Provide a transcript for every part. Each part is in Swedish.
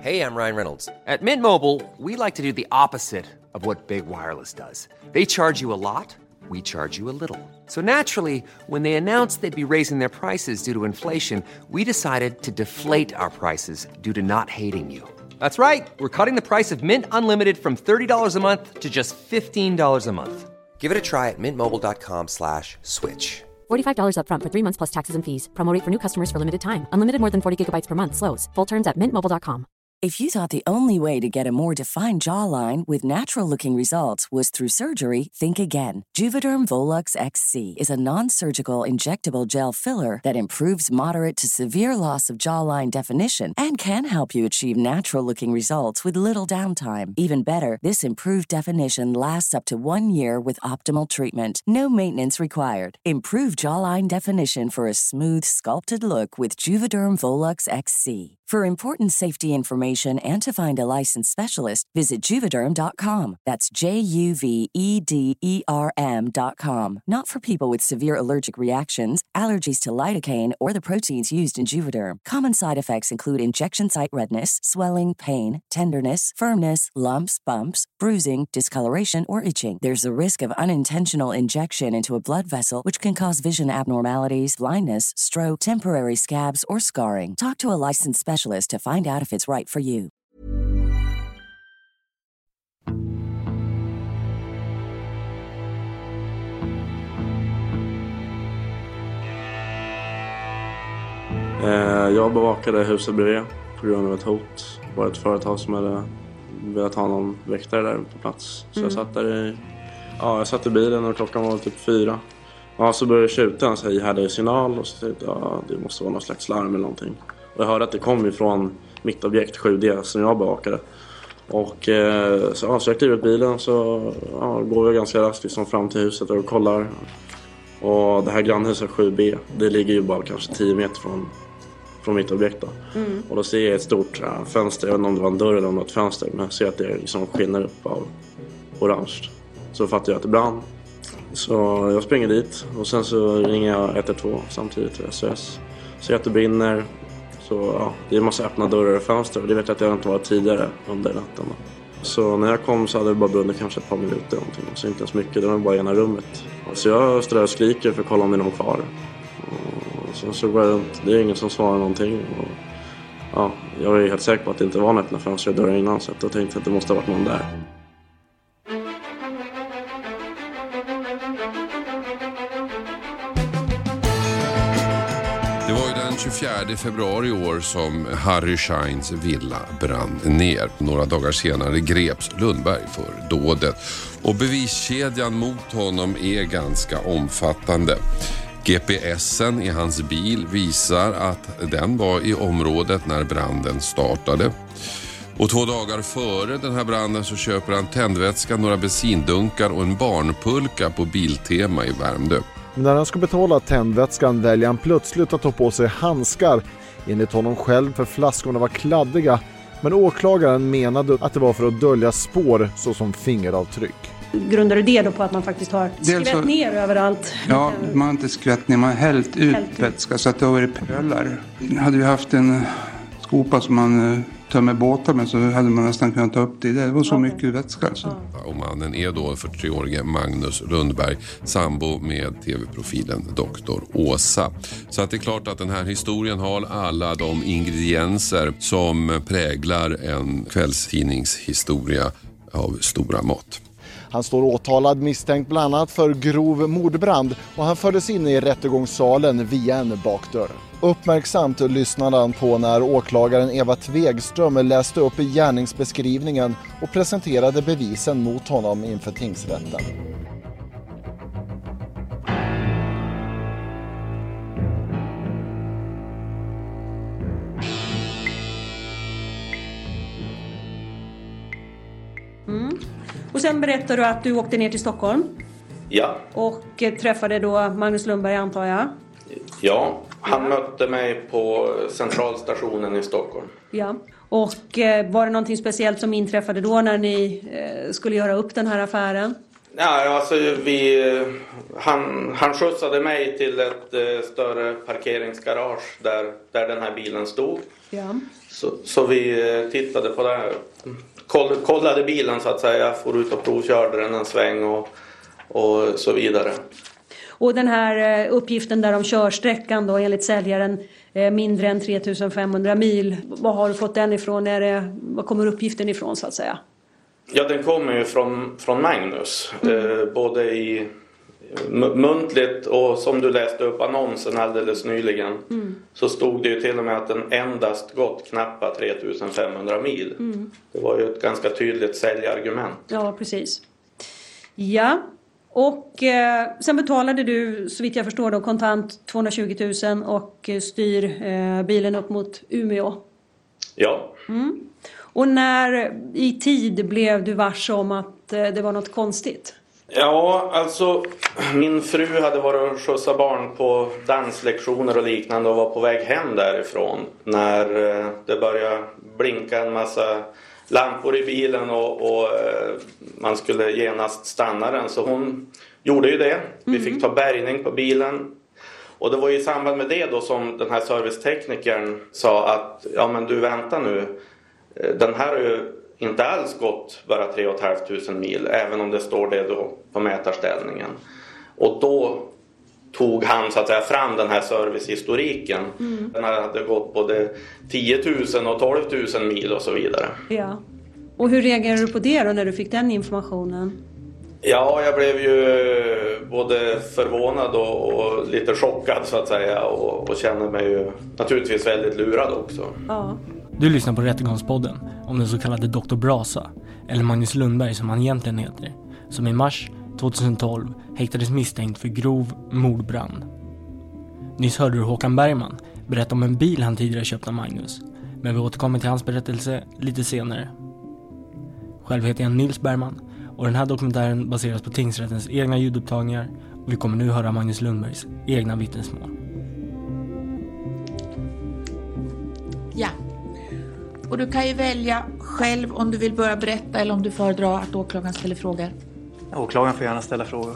Hey, I'm Ryan Reynolds. At Mint Mobile, we like to do the opposite of what Big Wireless does. They charge you a lot, we charge you a little. So naturally, when they announced they'd be raising their prices due to inflation, we decided to deflate our prices due to not hating you. That's right. We're cutting the price of Mint Unlimited from $30 a month to just $15 a month. Give it a try at mintmobile.com/switch. $45 up front for 3 months plus taxes and fees. Promo rate for new customers for limited time. Unlimited more than 40 gigabytes per month slows. Full terms at mintmobile.com. If you thought the only way to get a more defined jawline with natural-looking results was through surgery, think again. Juvederm Volux XC is a non-surgical injectable gel filler that improves moderate to severe loss of jawline definition and can help you achieve natural-looking results with little downtime. Even better, this improved definition lasts up to 1 year with optimal treatment. No maintenance required. Improve jawline definition for a smooth, sculpted look with Juvederm Volux XC. For important safety information and to find a licensed specialist, visit Juvederm.com. That's JUVEDERM.com. Not for people with severe allergic reactions, allergies to lidocaine, or the proteins used in Juvederm. Common side effects include injection site redness, swelling, pain, tenderness, firmness, lumps, bumps, bruising, discoloration, or itching. There's a risk of unintentional injection into a blood vessel, which can cause vision abnormalities, blindness, stroke, temporary scabs, or scarring. Talk to a licensed specialist to find out if it's right for you. Jag bevakade huset bredvid på grund av ett hot. Det var ett företag som hade velat ha någon väktare där på plats. Så jag satt där jag satt i bilen och klockan var typ 4. Ja, så började skjuta en ihärdig signal och så tänkte jag det måste vara någon slags larm eller någonting. Och jag hörde att det kom ifrån mitt objekt 7D som jag bevakade. Och så jag klev ut bilen så går vi ganska raskt liksom fram till huset och kollar. Och det här grannhuset 7B, det ligger ju bara kanske 10 meter från mitt objekt då. Och då ser jag ett stort fönster, jag vet inte om det var en dörr eller om det var ett fönster. Men jag ser att det liksom skiner upp av orange. Så fattar jag att det brann. Så jag springer dit och sen så ringer jag 112 samtidigt till SOS. Så att det brinner. Så det är en massa öppna dörrar och fönster. Och det vet jag att jag inte var tidigare under natten. Så när jag kom så hade det bara brunnit kanske ett par minuter eller någonting. Så inte ens mycket, det var bara ena rummet. Så jag står och skriker för att kolla om det är någon kvar. Och sen så går jag runt, det är ingen som svarar någonting. Och jag var ju helt säker på att det inte var något öppna fönster och dörrar innan. Så jag tänkte att det måste ha varit någon där. Det var ju den 24 februari i år som Harry Scheins villa brann ner. Några dagar senare greps Lundberg för dådet. Och beviskedjan mot honom är ganska omfattande. GPSen i hans bil visar att den var i området när branden startade. Och 2 dagar före den här branden så köper han tändvätska, några bensindunkar och en barnpulka på Biltema i Värmdö. Men när han ska betala tändvätskan väljer han plötsligt att ta på sig handskar. Enligt honom själv för flaskorna var kladdiga. Men åklagaren menade att det var för att dölja spår såsom fingeravtryck. Grundar du det då på att man faktiskt har skvätt ner överallt? Ja, man har inte skvätt ner, man har hällt ut vätska så att det har varit pölar. Hade vi haft en skopa som man tömmer båtar med så hade man nästan kunnat ta upp det. Det var så mycket vätska. Alltså. Och mannen är då 43-årige Magnus Lundberg, sambo med tv-profilen Dr. Åsa. Så att det är klart att den här historien har alla de ingredienser som präglar en kvällstidningshistoria av stora mått. Han står åtalad misstänkt bland annat för grov mordbrand och han fördes in i rättegångssalen via en bakdörr. Uppmärksamt lyssnade han på när åklagaren Eva Tvegström läste upp gärningsbeskrivningen och presenterade bevisen mot honom inför tingsrätten. Och sen berättar du att du åkte ner till Stockholm. Ja. Och träffade då Magnus Lundberg, antar jag. Ja, han mötte mig på centralstationen i Stockholm. Ja. Och var det någonting speciellt som inträffade då när ni skulle göra upp den här affären? Ja, alltså han skjutsade mig till ett större parkeringsgarage där den här bilen stod. Ja. Så vi tittade på det här. Kollade bilen så att säga. For ut och provkörde den en sväng och så vidare. Och den här uppgiften där om körsträckan då enligt säljaren mindre än 3500 mil. Vad har du fått den ifrån? Vad kommer uppgiften ifrån så att säga? Ja, den kommer ju från Magnus. Både i muntligt och som du läste upp annonsen alldeles nyligen. Så stod det ju till och med att den endast gått knappt 3500 mil. Det var ju ett ganska tydligt säljargument. Ja, precis. Ja, och sen betalade du så vitt jag förstår då kontant 220 000 och styr bilen upp mot Umeå. Ja. Och när i tid blev du varse om att det var något konstigt? Ja, alltså min fru hade varit och skjutsat barn på danslektioner och liknande och var på väg hem därifrån när det började blinka en massa lampor i bilen och man skulle genast stanna den. Så hon gjorde ju det. Vi fick ta bärgning på bilen. Och det var i samband med det då som den här serviceteknikern sa att ja men du vänta nu. Den här har ju inte alls gått bara 3 500 mil även om det står det då på mätarställningen. Och då tog han så att säga fram den här servicehistoriken. Den hade gått både 10 000 och 12 000 mil och så vidare. Ja. Och hur reagerade du på det då när du fick den informationen? Ja, jag blev ju både förvånad och lite chockad så att säga och känner mig ju naturligtvis väldigt lurad också. Ja. Du lyssnar på Rättegångspodden om den så kallade Dr. Brasa, eller Magnus Lundberg som han egentligen heter, som i mars 2012 häktades misstänkt för grov mordbrand. Nyss hörde du Håkan Bergman berätta om en bil han tidigare köpt av Magnus, men vi återkommer till hans berättelse lite senare. Själv heter jag Nils Bergman och den här dokumentären baseras på tingsrättens egna ljudupptagningar och vi kommer nu höra Magnus Lundbergs egna vittnesmål. Ja. Och du kan ju välja själv om du vill börja berätta eller om du föredrar att åklagaren ställer frågor. Åklagaren får gärna ställa frågor.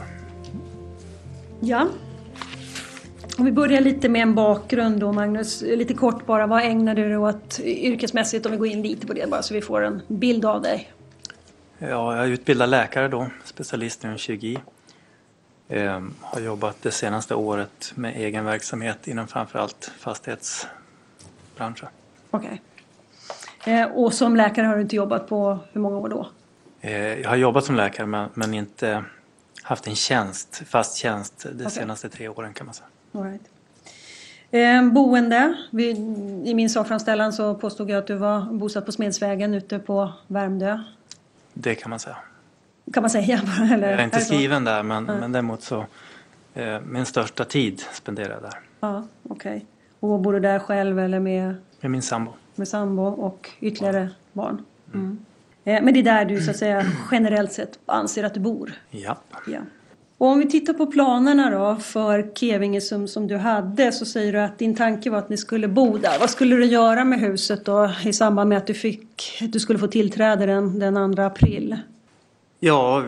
Ja. Om vi börjar lite med en bakgrund då Magnus. Lite kort bara, vad ägnar du dig åt yrkesmässigt om vi går in lite på det bara så vi får en bild av dig? Ja, jag är utbildad läkare då, specialist inom kirurgi. Har jobbat det senaste året med egen verksamhet inom framförallt fastighetsbranschen. Okej. Och som läkare har du inte jobbat på hur många år då? Jag har jobbat som läkare men inte haft en fast tjänst de senaste 3 åren kan man säga. All right. Boende. I min sakframställan så påstod jag att du var bosatt på Smedsvägen ute på Värmdö. Det kan man säga. Kan man säga bara? Eller? Jag är inte skriven där men däremot så min största tid spenderar jag där. Ja, okej. Och bor du där själv eller med? Med min sambo. Med sambo och ytterligare barn. Men det är där du så att säga generellt sett anser att du bor? Ja. Och om vi tittar på planerna då för Kevinge som du hade så säger du att din tanke var att ni skulle bo där. Vad skulle du göra med huset då i samband med att du skulle få tillträde den 2 april? Ja,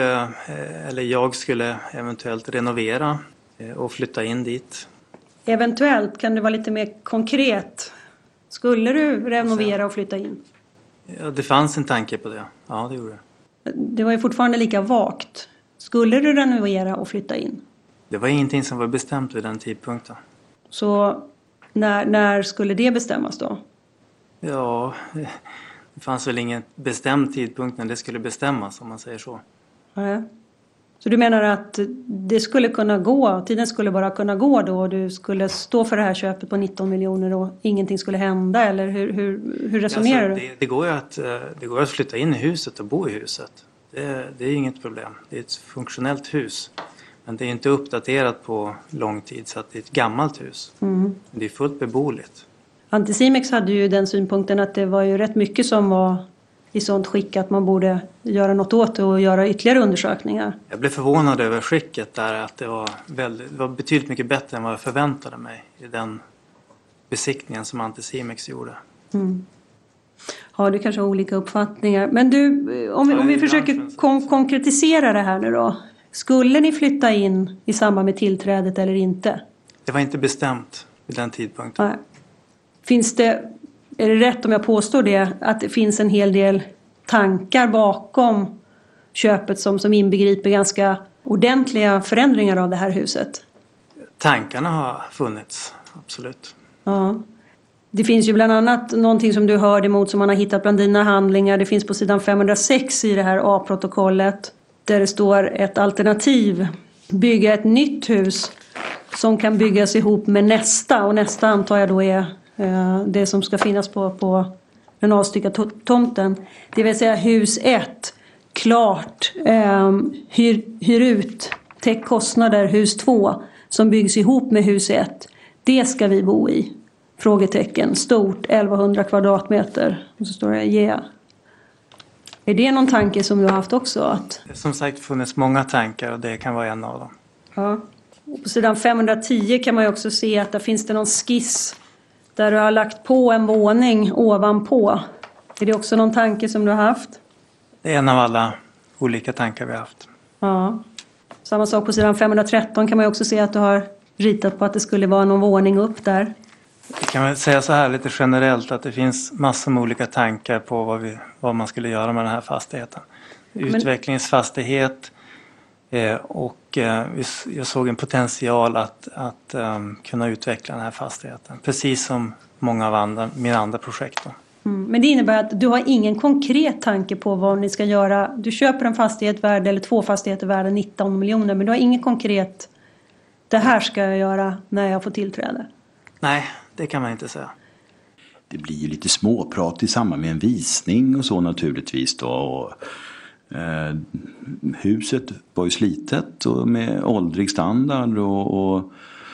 jag skulle eventuellt renovera och flytta in dit. Eventuellt, kan du vara lite mer konkret? Skulle du renovera och flytta in? Ja, det fanns en tanke på det. Ja, det gjorde det. Det var ju fortfarande lika vagt. Skulle du renovera och flytta in? Det var ingenting som var bestämt vid den tidpunkten. Så när skulle det bestämmas då? Ja, det fanns väl ingen bestämd tidpunkt när det skulle bestämmas om man säger så. Ja. Så du menar att det skulle kunna gå, tiden skulle bara kunna gå då och du skulle stå för det här köpet på 19 miljoner och ingenting skulle hända? Eller hur resonerar du? Det går att flytta in i huset och bo i huset. Det är inget problem. Det är ett funktionellt hus. Men det är inte uppdaterat på lång tid så att det är ett gammalt hus. Det är fullt beboeligt. Anticimex hade ju den synpunkten att det var ju rätt mycket som var i sånt skick att man borde göra något åt det och göra ytterligare undersökningar. Jag blev förvånad över skicket där att det var betydligt mycket bättre än vad jag förväntade mig i den besiktningen som Anticimex gjorde. Ja, du kanske har olika uppfattningar. Men du, om vi försöker konkretisera det här nu då. Skulle ni flytta in i samband med tillträdet eller inte? Det var inte bestämt vid den tidpunkten. Nej. Är det rätt om jag påstår det, att det finns en hel del tankar bakom köpet som inbegriper ganska ordentliga förändringar av det här huset? Tankarna har funnits, absolut. Ja. Det finns ju bland annat någonting som du hörde emot som man har hittat bland dina handlingar. Det finns på sidan 506 i det här A-protokollet. Där det står ett alternativ. Bygga ett nytt hus som kan byggas ihop med nästa. Och nästa antar jag då är det som ska finnas på den avstyckade tomten. Det vill säga hus 1. Klart. Hyr ut. Täck kostnader. Hus 2. Som byggs ihop med hus 1. Det ska vi bo i. Frågetecken. Stort. 1100 kvadratmeter. Och så står det yeah. Är det någon tanke som du har haft också? Som sagt funnits många tankar och det kan vara en av dem. Ja. Och på sidan 510 kan man ju också se att där finns det någon skiss. Där du har lagt på en våning ovanpå. Är det också någon tanke som du har haft? Det är en av alla olika tankar vi har haft. Ja. Samma sak på sidan 513 kan man ju också se att du har ritat på att det skulle vara någon våning upp där. Vi kan väl säga så här lite generellt att det finns massor med olika tankar på vad man skulle göra med den här fastigheten. Utvecklingsfastighet och jag såg en potential att kunna utveckla den här fastigheten. Precis som många av mina andra projekt då. Men det innebär att du har ingen konkret tanke på vad ni ska göra. Du köper en fastighet värd eller 2 fastigheter värda 19 miljoner. Men du har ingen konkret, det här ska jag göra när jag får tillträde. Nej, det kan man inte säga. Det blir ju lite småprat i samband med en visning och så naturligtvis då. Och, huset var ju slitet och med åldrig standard och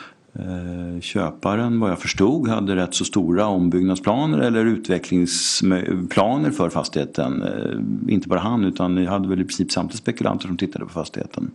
köparen, vad jag förstod, hade rätt så stora ombyggnadsplaner eller utvecklingsplaner för fastigheten. Inte bara han, utan ni hade väl i princip samtliga spekulanter som tittade på fastigheten.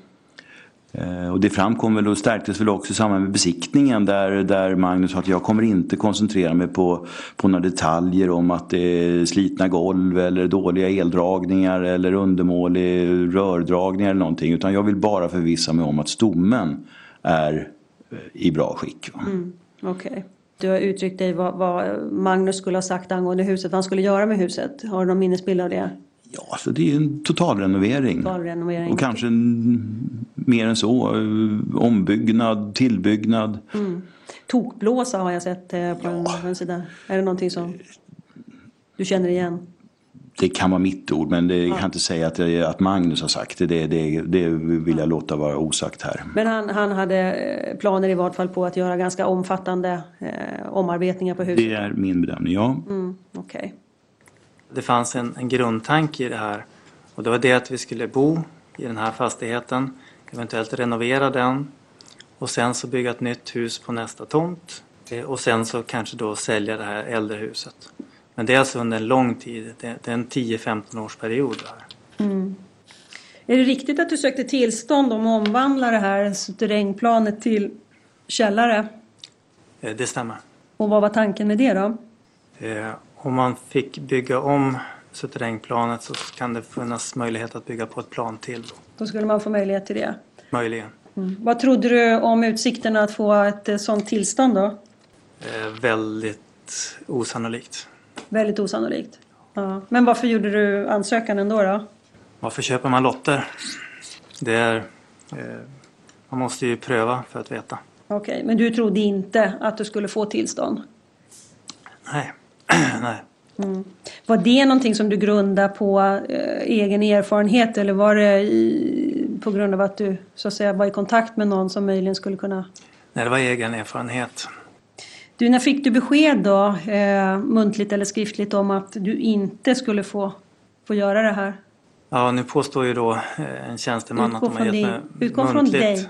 Och det framkom väl och stärktes väl också i samband med besiktningen där Magnus sa att jag kommer inte koncentrera mig på några detaljer om att det är slitna golv eller dåliga eldragningar eller undermålig rördragningar eller någonting, utan jag vill bara förvissa mig om att stommen är i bra skick. Okej. Du har uttryckt dig vad Magnus skulle ha sagt angående huset, vad han skulle göra med huset. Har du någon minnesbild av det? Ja, så det är en totalrenovering. Och kanske mer än så. Ombyggnad, tillbyggnad. Tokblåsa har jag sett på en sida. Är det någonting som du känner igen? Det kan vara mitt ord, men det kan inte säga att Magnus har sagt det. Det vill jag låta vara osagt här. Men han hade planer i vart fall på att göra ganska omfattande omarbetningar på huset? Det är min bedömning, ja. Okej. Det fanns en grundtanke i det här. Och det var det att vi skulle bo i den här fastigheten. Eventuellt renovera den. Och sen så bygga ett nytt hus på nästa tomt. Och sen så kanske då sälja det här äldre huset. Men det är alltså under en lång tid. Det är en 10-15 års period här. Är det riktigt att du sökte tillstånd om att omvandla det här suterrängplanet till källare? Det stämmer. Och vad var tanken med det då? Om man fick bygga om suterrängplanet så kan det finnas möjlighet att bygga på ett plan till. Då skulle man få möjlighet till det? Möjligen. Vad trodde du om utsikterna att få ett sådant tillstånd då? Väldigt osannolikt. Väldigt osannolikt. Ja. Men varför gjorde du ansökan ändå då? Varför köper man lotter? Det är, man måste ju pröva för att veta. Okej, men du trodde inte att du skulle få tillstånd? Nej. Nej. Var det någonting som du grundade på egen erfarenhet eller var det på grund av att du så att säga var i kontakt med någon som möjligen skulle kunna? Nej, det var egen erfarenhet. Du, när fick du besked då, muntligt eller skriftligt, om att du inte skulle få göra det här? Ja, nu påstår ju då en tjänsteman att de har gett mig utgå från dig.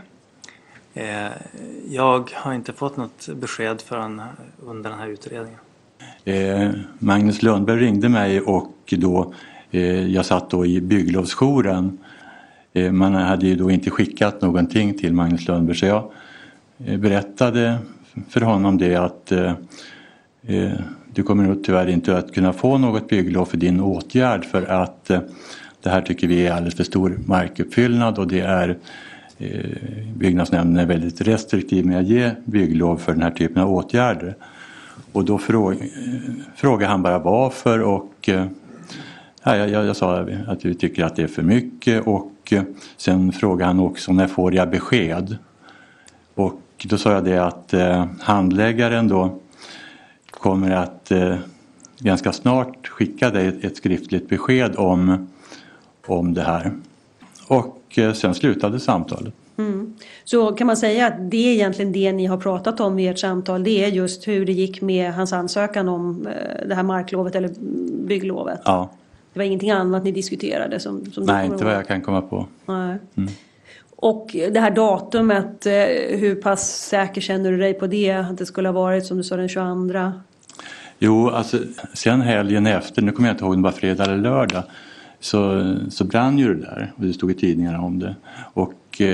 Jag har inte fått något besked förrän under den här utredningen. Magnus Lundberg ringde mig och då jag satt då i bygglovsjouren. Man hade ju då inte skickat någonting till Magnus Lundberg, så jag berättade för honom det att du kommer nog tyvärr inte att kunna få något bygglov för din åtgärd för att det här tycker vi är alldeles för stor markuppfyllnad och det är byggnadsnämnden är väldigt restriktiv med att ge bygglov för den här typen av åtgärder. Och då frågar han bara varför och jag sa att vi tycker att det är för mycket och sen frågade han också när får jag besked. Och då sa jag det att handläggaren då kommer att ganska snart skicka dig ett skriftligt besked om det här. Och sen slutade samtalet. Mm. Så kan man säga att det är egentligen det ni har pratat om i ert samtal. Det är just hur det gick med hans ansökan om det här marklovet eller bygglovet. Ja. Det var ingenting annat ni diskuterade som nej, inte vad jag kan komma på. Nej. Mm. Och det här datumet, hur pass säker känner du dig på det? Att det skulle ha varit som du sa den 22? Jo, alltså sen helgen efter, nu kommer jag inte ihåg om det var fredag eller lördag. Så brann ju det där och det stod i tidningarna om det. Och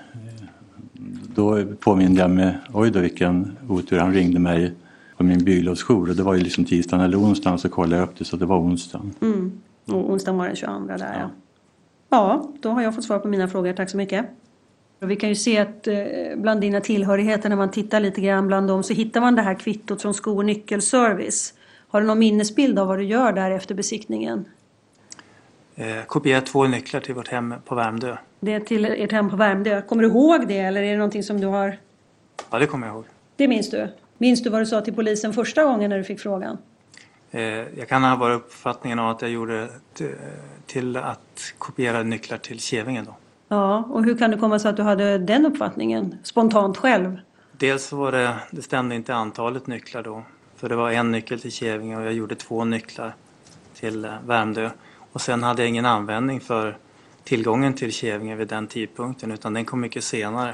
då påminner jag mig, oj då vilken otur, han ringde mig på min bygglovsjour. Och det var ju liksom tisdagen eller onsdagen så kollade jag upp det så det var onsdagen. Mm. Och onsdagen var den 22 där ja. Ja, då har jag fått svar på mina frågor, tack så mycket. Och vi kan ju se att bland dina tillhörigheter när man tittar lite grann bland dem så hittar man det här kvittot från Sko- och nyckelservice. Har du någon minnesbild av vad du gör där efter besiktningen? Kopiera 2 nycklar till vårt hem på Värmdö. Det är till ert hem på Värmdö. Kommer du ihåg det eller är det någonting som du har? Ja, det kommer jag ihåg. Det minns du? Minns du vad du sa till polisen första gången när du fick frågan? Jag kan ha varit uppfattningen av att jag gjorde till att kopiera nycklar till Kävingen då. Ja, och hur kan det komma sig att du hade den uppfattningen spontant själv? Dels var det stämde inte antalet nycklar då. För det var 1 nyckel till Kävingen och jag gjorde 2 nycklar till Värmdö. Och sen hade jag ingen användning för tillgången till Kävingen vid den tidpunkten utan den kom mycket senare.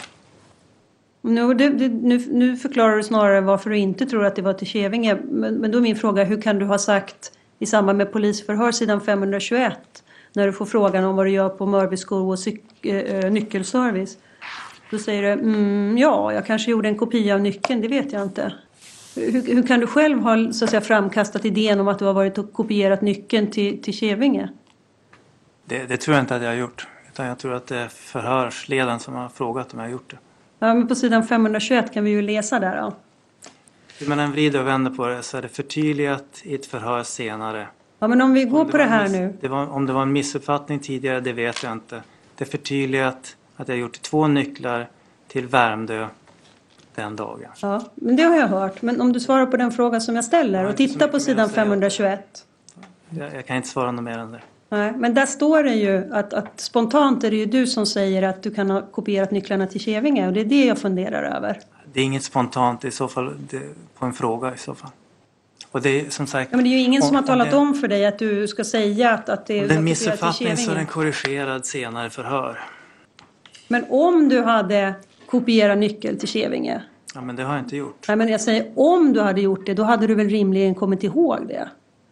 Nu förklarar du snarare varför du inte tror att det var till Kävinge. Men då är min fråga, hur kan du ha sagt i samband med polisförhör sidan 521 när du får frågan om vad du gör på Mörby Sko- och nyckelservice? Då säger du, ja, jag kanske gjorde en kopia av nyckeln, det vet jag inte. Hur kan du själv ha så att säga, framkastat idén om att du har varit och kopierat nyckeln till Kävinge? Det tror jag inte att jag har gjort. Utan jag tror att det är förhörsledaren som har frågat om jag har gjort det. Ja, men på sidan 521 kan vi ju läsa där då. Hur man än vrider och vänder på det så är det förtydligat i ett förhör senare. Ja, men om vi går på det här nu. Om det var en missuppfattning tidigare, det vet jag inte. Det är förtydligat att jag har gjort 2 nycklar till Värmdö den dagen. Ja, men det har jag hört. Men om du svarar på den frågan som jag ställer och tittar på sidan 521. Jag kan inte svara något mer än det. Nej, men där står det ju att spontant är det ju du som säger att du kan ha kopierat nycklarna till Kävinge och det är det jag funderar över. Det är inget spontant i så fall på en fråga i så fall. Och det är som sagt... Ja, men det är ju ingen som har talat om för dig att du ska säga att det är... Den missuppfattning så är den korrigerad senare förhör. Men om du hade kopierat nyckel till Kävinge? Ja, men det har jag inte gjort. Nej, men jag säger om du hade gjort det, då hade du väl rimligen kommit ihåg det?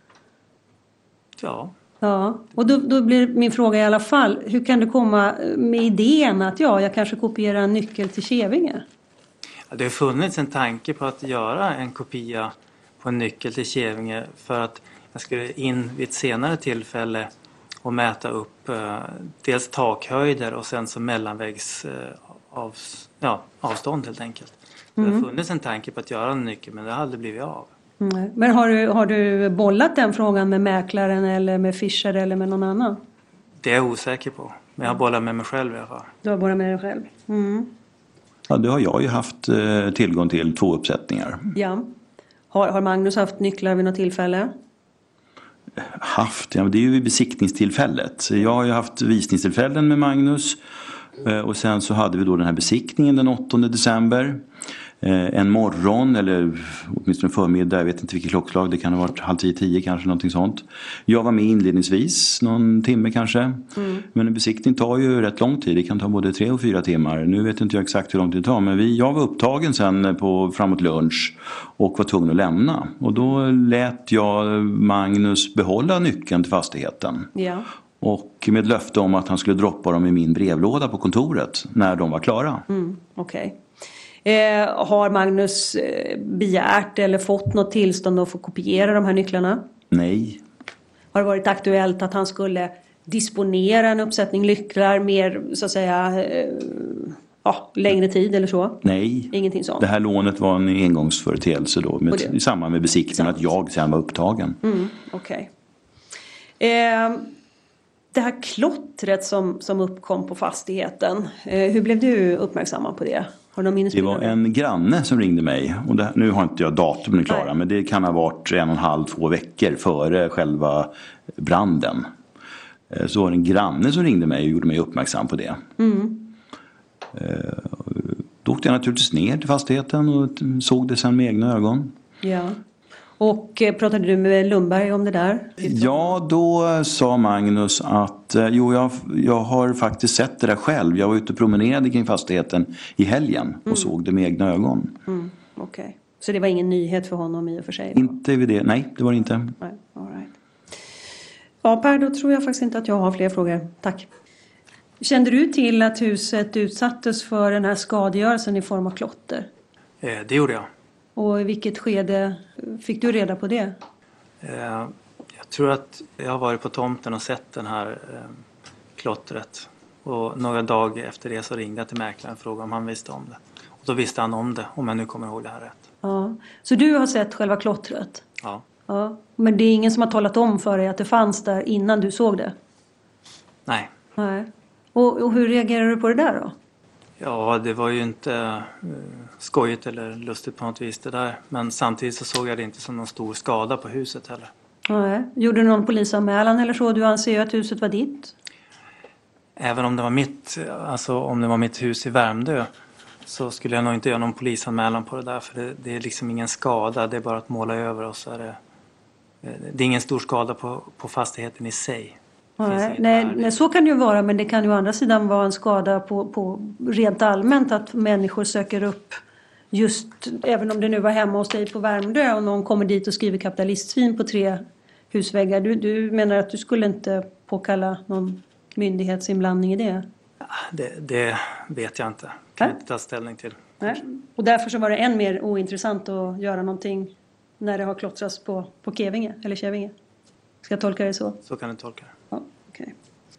Ja. Ja, och då blir min fråga i alla fall, hur kan du komma med idén att jag kanske kopierar en nyckel till Kävinge? Ja, det har funnits en tanke på att göra en kopia på en nyckel till Kävinge för att jag skulle in vid ett senare tillfälle och mäta upp dels takhöjder och sen så mellanväggs avstånd helt enkelt. Det har funnits en tanke på att göra en nyckel men det har aldrig blivit av. Mm. Men har du bollat den frågan med mäklaren eller med Fischer eller med någon annan? Det är jag osäker på. Men jag har bollat med mig själv i alla fall. Du har bollat med dig själv? Mm. Ja, det har jag ju haft tillgång till 2 uppsättningar. Ja. Har Magnus haft nycklar vid något tillfälle? Ja, det är ju vid besiktningstillfället. Jag har ju haft visningstillfällen med Magnus. Och sen så hade vi då den här besiktningen den 8 december. En morgon eller åtminstone förmiddag, jag vet inte vilket klockslag, det kan ha varit 9:30 kanske, någonting sånt. Jag var med inledningsvis, någon timme kanske. Men en besiktning tar ju rätt lång tid, det kan ta både 3 och 4 timmar. Nu vet inte jag exakt hur lång tid det tar, men jag var upptagen sen framåt lunch och var tvungen att lämna. Och då lät jag Magnus behålla nyckeln till fastigheten. Ja. Och med löfte om att han skulle droppa dem i min brevlåda på kontoret när de var klara. Okej. Har Magnus begärt eller fått något tillstånd att få kopiera de här nycklarna? Nej. Har det varit aktuellt att han skulle disponera en uppsättning nycklar mer så att säga längre tid eller så? Nej. Ingenting sånt. Det här lånet var en engångsföreteelse då i samband med besiktningen att jag sen var upptagen. Okej. Det här klottret som uppkom på fastigheten, hur blev du uppmärksammad på det? Har du någon minnesbild? Det var en granne som ringde mig och nu har inte jag datumen klara, men det kan ha varit 1,5-2 veckor före själva branden. Så var det en granne som ringde mig och gjorde mig uppmärksam på det. Då åkte jag naturligtvis ner till fastigheten och såg det sen med egna ögon. Ja. Och pratade du med Lundberg om det där? Ja, då sa Magnus att jag har faktiskt sett det där själv. Jag var ute och promenerade kring fastigheten i helgen och såg det med egna ögon. Okej. Så det var ingen nyhet för honom i och för sig? Inte vid det. Nej, det var det inte. Nej, all right. Ja, Per, då tror jag faktiskt inte att jag har fler frågor. Tack. Kände du till att huset utsattes för den här skadegörelsen i form av klotter? Det gjorde jag. Och i vilket skede fick du reda på det? Jag tror att jag har varit på tomten och sett den här klottret. Och några dagar efter det så ringde jag till mäklaren och frågade om han visste om det. Och då visste han om det, om jag nu kommer ihåg det här rätt. Ja. Så du har sett själva klottret? Ja. Ja. Men det är ingen som har talat om för dig att det fanns där innan du såg det? Nej. Nej. Och hur reagerar du på det där då? Ja, det var ju inte skojigt eller lustigt på något vis det där. Men samtidigt så såg jag det inte som någon stor skada på huset heller. Nej. Gjorde du någon polisanmälan eller så? Du anser ju att huset var ditt? Även om det var om det var mitt hus i Värmdö så skulle jag nog inte göra någon polisanmälan på det där. För det är liksom ingen skada, det är bara att måla över och så är det är ingen stor skada på fastigheten i sig. Nej, så kan det ju vara, men det kan ju å andra sidan vara en skada på rent allmänt att människor söker upp just, även om det nu var hemma hos dig på Värmdö och någon kommer dit och skriver kapitalistsvin på 3 husväggar. Du menar att du skulle inte påkalla någon myndighetsinblandning i det? Det vet jag inte. Kan jag inte ta ställning till. Nej. Och därför så var det än mer ointressant att göra någonting när det har klottrats på Kävinge eller Kävinge. Ska jag tolka det så? Så kan du tolka det. Ja, okej.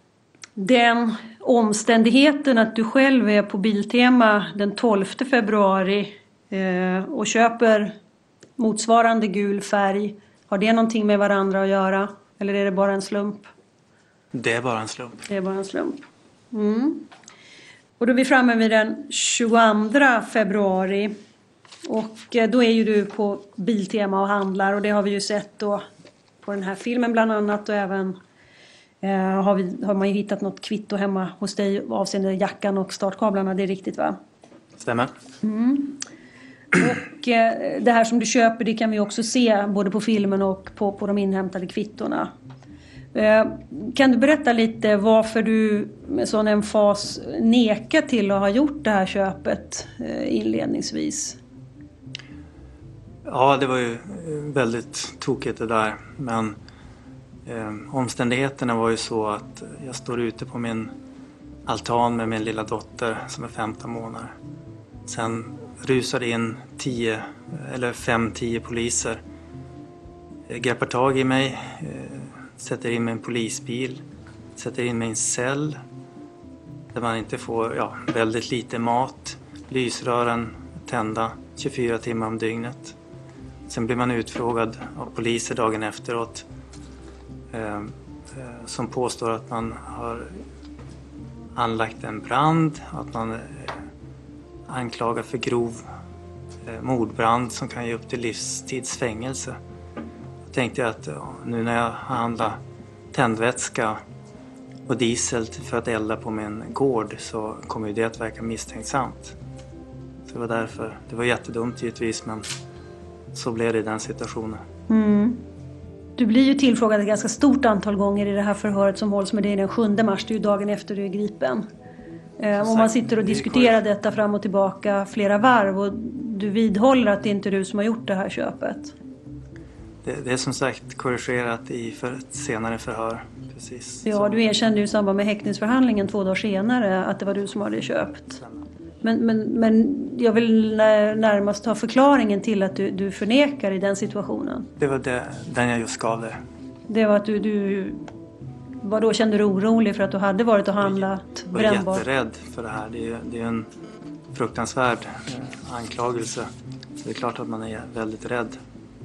Den omständigheten att du själv är på Biltema den 12 februari och köper motsvarande gul färg. Har det någonting med varandra att göra? Eller är det bara en slump? Det är bara en slump. Det är bara en slump. Och då är vi framme vid den 22 februari. Och då är ju du på Biltema och handlar. Och det har vi ju sett då på den här filmen bland annat. Och även har man ju hittat något kvitto hemma hos dig avseende jackan och startkablarna. Det är riktigt, va? Stämmer. Och det här som du köper, det kan vi också se både på filmen och på de inhämtade kvittorna. Kan du berätta lite varför du med sån emfas nekar till att ha gjort det här köpet inledningsvis? Ja, det var ju väldigt tokigt det där. Men omständigheterna var ju så att jag står ute på min altan med min lilla dotter som är 15 månader. Sen rusade in 5-10 poliser. Greppar tag i mig, sätter in mig i en polisbil, sätter in mig i en cell där man inte får väldigt lite mat, lysrören tända 24 timmar om dygnet. Sen blir man utfrågad av poliser dagen efteråt som påstår att man har anlagt en brand, att man anklagar för grov mordbrand som kan ge upp till livstidsfängelse. Jag tänkte att nu när jag handlar tändvätska och diesel för att elda på min gård så kommer ju det att verka misstänksamt. Så det var därför. Det var jättedumt givetvis, men så blev det i den situationen. Du blir ju tillfrågad ett ganska stort antal gånger i det här förhöret som hålls med dig den 7 mars. Det är ju dagen efter du är gripen. Och man sitter och diskuterar detta fram och tillbaka flera varv och du vidhåller att det inte är du som har gjort det här köpet. Det är som sagt korrigerat i ett senare förhör. Precis. Ja, du erkände ju i samband med häktningsförhandlingen 2 dagar senare att det var du som hade köpt. Men jag vill närmast ha förklaringen till att du förnekar i den situationen. Det var den jag just gav dig. Det var att du vad då kände du orolig för att du hade varit och handlat brännbart? Jag var jätterädd för det här. Det är en fruktansvärd anklagelse. Det är klart att man är väldigt rädd.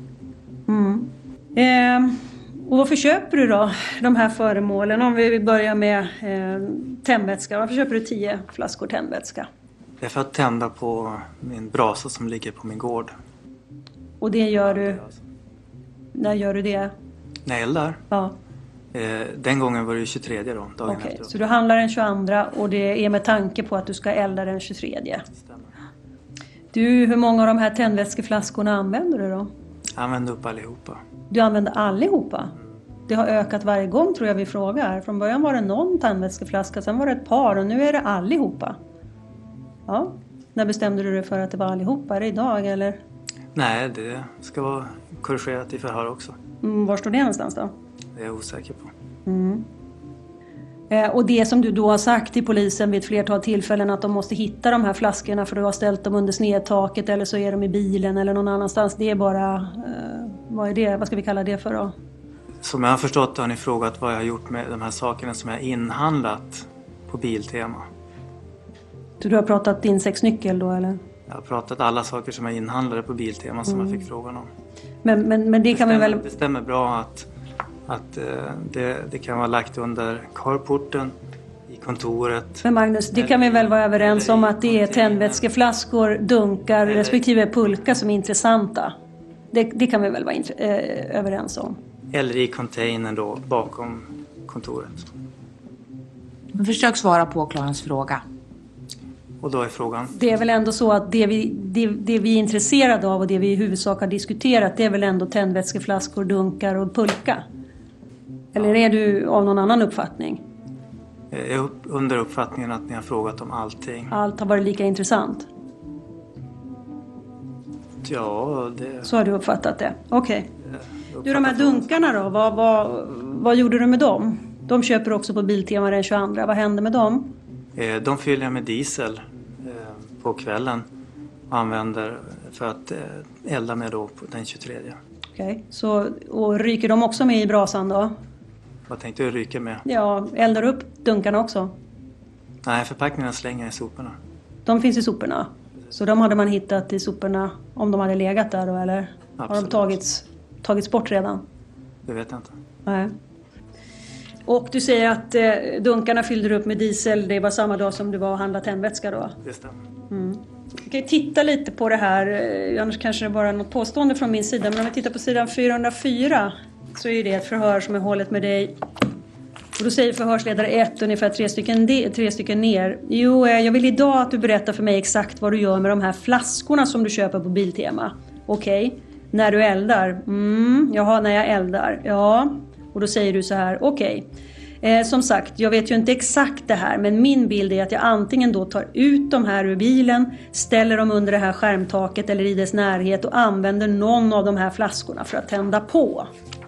Och varför köper du då de här föremålen? Om vi börjar med tändvätska. Varför köper du 10 flaskor tändvätska? Det är för att tända på min brasa som ligger på min gård. Och det gör du... När gör du det? När jag eldar? Ja. Den gången var det 23 då, dagen efter. Så du handlar den 22 och det är med tanke på att du ska elda den 23. Stämmer. Du, hur många av de här tändvätskeflaskorna använder du då? Jag använder upp allihopa. Du använder allihopa? Det har ökat varje gång tror jag vi frågar. Från början var det någon tändvätskeflaska, sen var det ett par och nu är det allihopa. Ja. När bestämde du dig för att det var allihopa? Är det idag eller? Nej, det ska vara korrigerat i förhör också. Var står det någonstans då? Det är jag osäker på. Och det som du då har sagt till polisen vid ett flertal tillfällen att de måste hitta de här flaskorna för du har ställt dem under snedtaket eller så är de i bilen eller någon annanstans. Det är bara, vad är det? Vad ska vi kalla det för då? Som jag har förstått har ni frågat vad jag har gjort med de här sakerna som jag inhandlat på Biltema. Så du har pratat din sexnyckel då eller? Jag har pratat alla saker som jag inhandlade på Biltema som jag fick frågan om. Men det kan vi väl... Det stämmer bra att det kan vara lagt under carporten i kontoret. Men Magnus, det kan vi väl vara överens om att det är tändvätskeflaskor, dunkar respektive pulka som är intressanta. Det kan vi väl vara överens om. Eller i containern då bakom kontoret. Försök svara på åklagarens fråga. Och då är frågan? Det är väl ändå så att det vi är intresserade av och det vi i huvudsak har diskuterat det är väl ändå tändvätskeflaskor, dunkar och pulka? Eller är du av någon annan uppfattning? Jag är under uppfattningen att ni har frågat om allting. Allt har varit lika intressant? Ja, det... Så har du uppfattat det? Okej. Du, de här dunkarna då, vad gjorde du med dem? De köper också på Biltema den 22. Vad hände med dem? De fyller jag med diesel på kvällen och använder för att elda med då på den 23. Okej, så och ryker de också med i brasan då? Vad tänkte du ryka med? Ja, eldar upp dunkarna också? Nej, förpackningarna slänger jag i soporna. De finns i soporna? Så de hade man hittat i soporna om de hade legat där då eller? Absolut. Har de tagits bort redan? Det vet jag inte. Nej. Och du säger att dunkarna fyllde upp med diesel. Det var samma dag som du var och handlade tändvätska då? Det stämmer. Vi kan titta lite på det här. Annars kanske det bara är något påstående från min sida. Men om vi tittar på sidan 404 så är det ett förhör som är hållet med dig. Och då säger förhörsledare 1 ungefär 3 stycken ner. Jo, jag vill idag att du berättar för mig exakt vad du gör med de här flaskorna som du köper på Biltema. Okej. När du eldar? Jaha, när jag eldar. Ja. Och då säger du så här, okej. Som sagt, jag vet ju inte exakt det här. Men min bild är att jag antingen då tar ut de här ur bilen. Ställer dem under det här skärmtaket eller i dess närhet. Och använder någon av de här flaskorna för att tända på.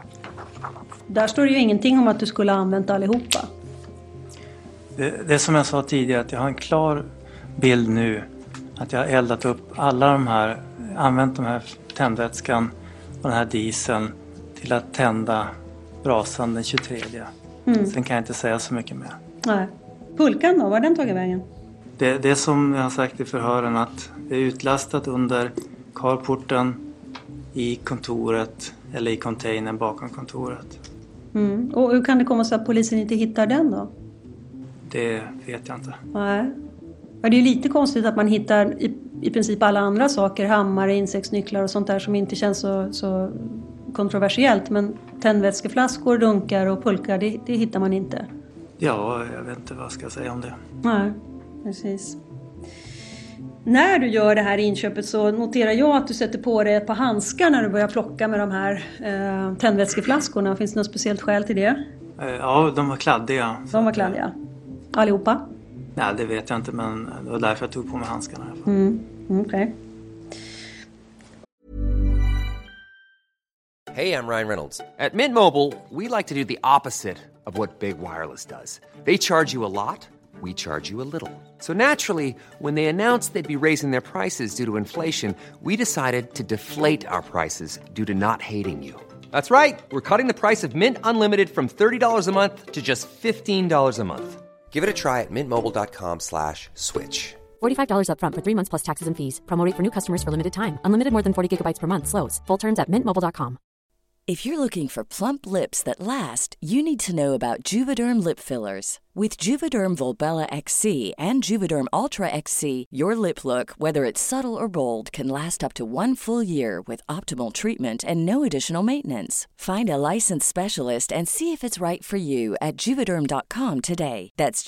Där står det ju ingenting om att du skulle ha använt allihopa. Det är som jag sa tidigare att jag har en klar bild nu. Att jag har eldat upp alla de här, använt de här tändvätskan och den här dieseln till att tända brasan den 23. Sen kan jag inte säga så mycket mer. Nej. Pulkan då, var har den tagit vägen? Det är som jag har sagt i förhören att det är utlastat under carporten i kontoret eller i containern bakom kontoret. Och hur kan det komma sig att polisen inte hittar den då? Det vet jag inte. Nej. Ja, det är ju lite konstigt att man hittar i princip alla andra saker, hammare, insektsnycklar och sånt där som inte känns så kontroversiellt. Men tändvätskeflaskor, dunkar och pulkar, det hittar man inte. Ja, jag vet inte vad jag ska säga om det. Nej, precis. När du gör det här inköpet så noterar jag att du sätter på dig ett par handskar när du börjar plocka med de här tändvätskeflaskorna. Finns det något speciellt skäl till det? Ja, de var kladdiga. De var kladdiga? Allihopa? Nej, det vet jag inte, men det var därför jag tog på mig handskarna. Okej. Hey, I'm Ryan Reynolds. At Mint Mobile, we like to do the opposite of what Big Wireless does. They charge you a lot. we charge you a little. So naturally, when they announced they'd be raising their prices due to inflation, we decided to deflate our prices due to not hating you. That's right. We're cutting the price of Mint Unlimited from $30 a month to just $15 a month. Give it a try at mintmobile.com/switch. $45 up front for 3 months plus taxes and fees. Promo rate for new customers for limited time. Unlimited more than 40 gigabytes per month. Slows full terms at mintmobile.com. If you're looking for plump lips that last, you need to know about Juvederm lip fillers. With Juvederm Volbella XC and Juvederm Ultra XC, your lip look, whether it's subtle or bold, can last up to 1 full year with optimal treatment and no additional maintenance. Find a licensed specialist and see if it's right for you at Juvederm.com today. That's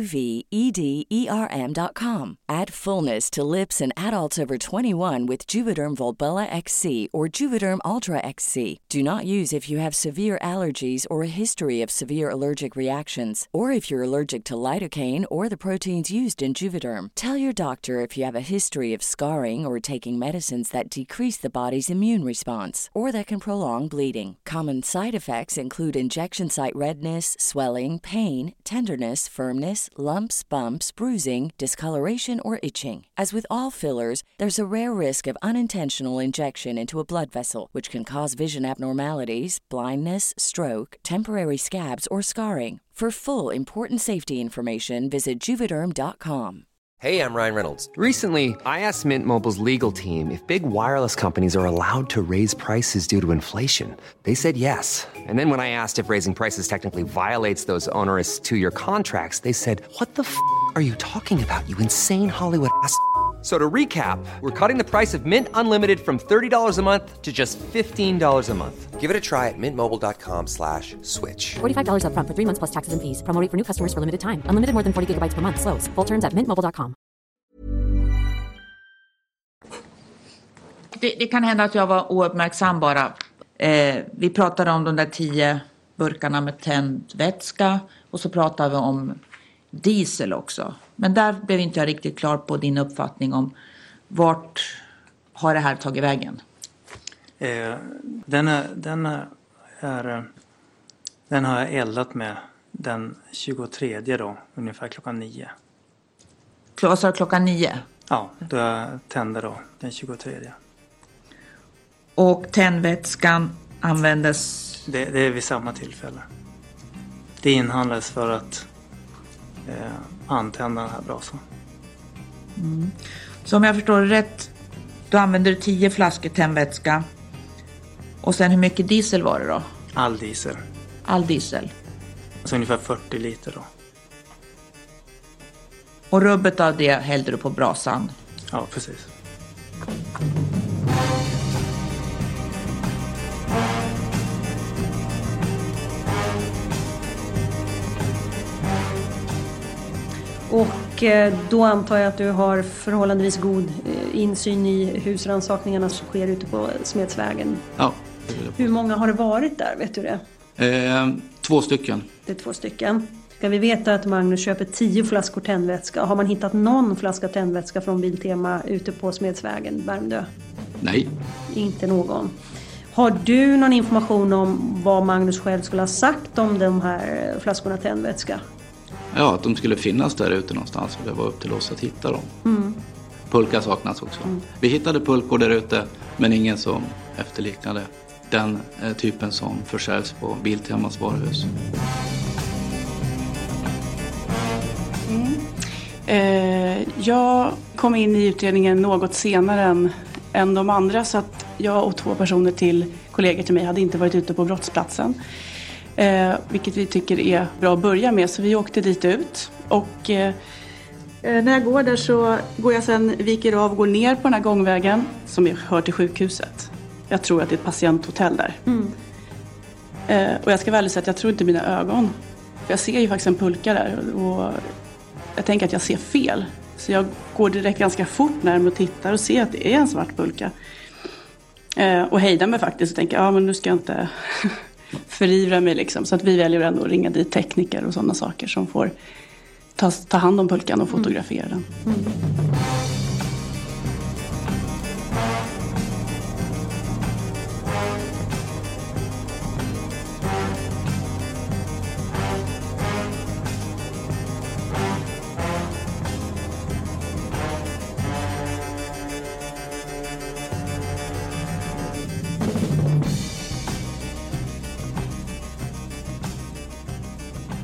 JUVEDERM.com. Add fullness to lips in adults over 21 with Juvederm Volbella XC or Juvederm Ultra XC. Do not use if you have severe allergies or a history of severe allergic reactions, or if you're allergic to lidocaine or the proteins used in Juvederm. Tell your doctor if you have a history of scarring or taking medicines that decrease the body's immune response or that can prolong bleeding. Common side effects include injection site redness, swelling, pain, tenderness, firmness, lumps, bumps, bruising, discoloration, or itching. As with all fillers, there's a rare risk of unintentional injection into a blood vessel, which can cause vision abnormalities, blindness, stroke, temporary scabs, or scarring. For full, important safety information, visit Juvederm.com. Hey, I'm Ryan Reynolds. Recently, I asked Mint Mobile's legal team if big wireless companies are allowed to raise prices due to inflation. They said yes. And then when I asked if raising prices technically violates those onerous two-year contracts, they said, "What the f*** are you talking about, you insane Hollywood ass?" So to recap, we're cutting the price of Mint Unlimited from $30 a month to just $15 a month. Give it a try at mintmobile.com/switch. $45 up front for 3 months plus taxes and fees. Promo rate for new customers for limited time. Unlimited more than 40 gigabytes per month. Slows full terms at mintmobile.com. Det kan hända att jag var ouppmärksam bara. Vi pratade om de där 10 burkarna med tändvätska och så pratade vi om diesel också. Men där blev inte jag riktigt klar på din uppfattning om vart har det här tagit vägen? Den har jag eldat med den 23 då, ungefär klockan 9. Vad sa du, klockan 9? Ja, då jag tände då, den 23. Och tändvätskan användes? Det är vid samma tillfälle. Det inhandlades för att antända den här brasan. Mm. Så om jag förstår rätt, då använder du 10 flaskor tändvätska. Och sen hur mycket diesel var det då? All diesel. All diesel? Alltså ungefär 40 liter då. Och rubbet av det hällde du på brasan? Ja, precis. Och då antar jag att du har förhållandevis god insyn i husrannsakningarna som sker ute på Smedsvägen. Ja. Hur många har det varit där, vet du det? 2 stycken. Det är 2 stycken. Ska vi veta att Magnus köper 10 flaskor tändvätska? Har man hittat någon flaska tändvätska från Biltema ute på Smedsvägen, Värmdö? Nej. Inte någon. Har du någon information om vad Magnus själv skulle ha sagt om de här flaskorna tändvätska? Ja, att de skulle finnas där ute någonstans och det var upp till oss att hitta dem. Mm. Pulka saknas också. Vi hittade pulkor där ute, men ingen som efterliknade den typen som försäljs på Biltemas varuhus. Jag kom in i utredningen något senare än de andra, så att jag och 2 personer till kollegor till mig hade inte varit ute på brottsplatsen. Vilket vi tycker är bra att börja med, så vi åkte dit ut. Och när jag går där så går jag sen, viker av och går ner på den här gångvägen som hör till sjukhuset. Jag tror att det är ett patienthotell där. Mm. Och jag ska väl säga att jag tror inte mina ögon. För jag ser ju faktiskt en pulka där och jag tänker att jag ser fel. Så jag går direkt ganska fort närmare och tittar och ser att det är en svart pulka. Och hejdar mig faktiskt och tänker, ja men nu ska jag inte förivra mig liksom. Så att vi väljer ändå att ringa dit tekniker och sådana saker som får ta hand om pulkan och fotografera den. Mm.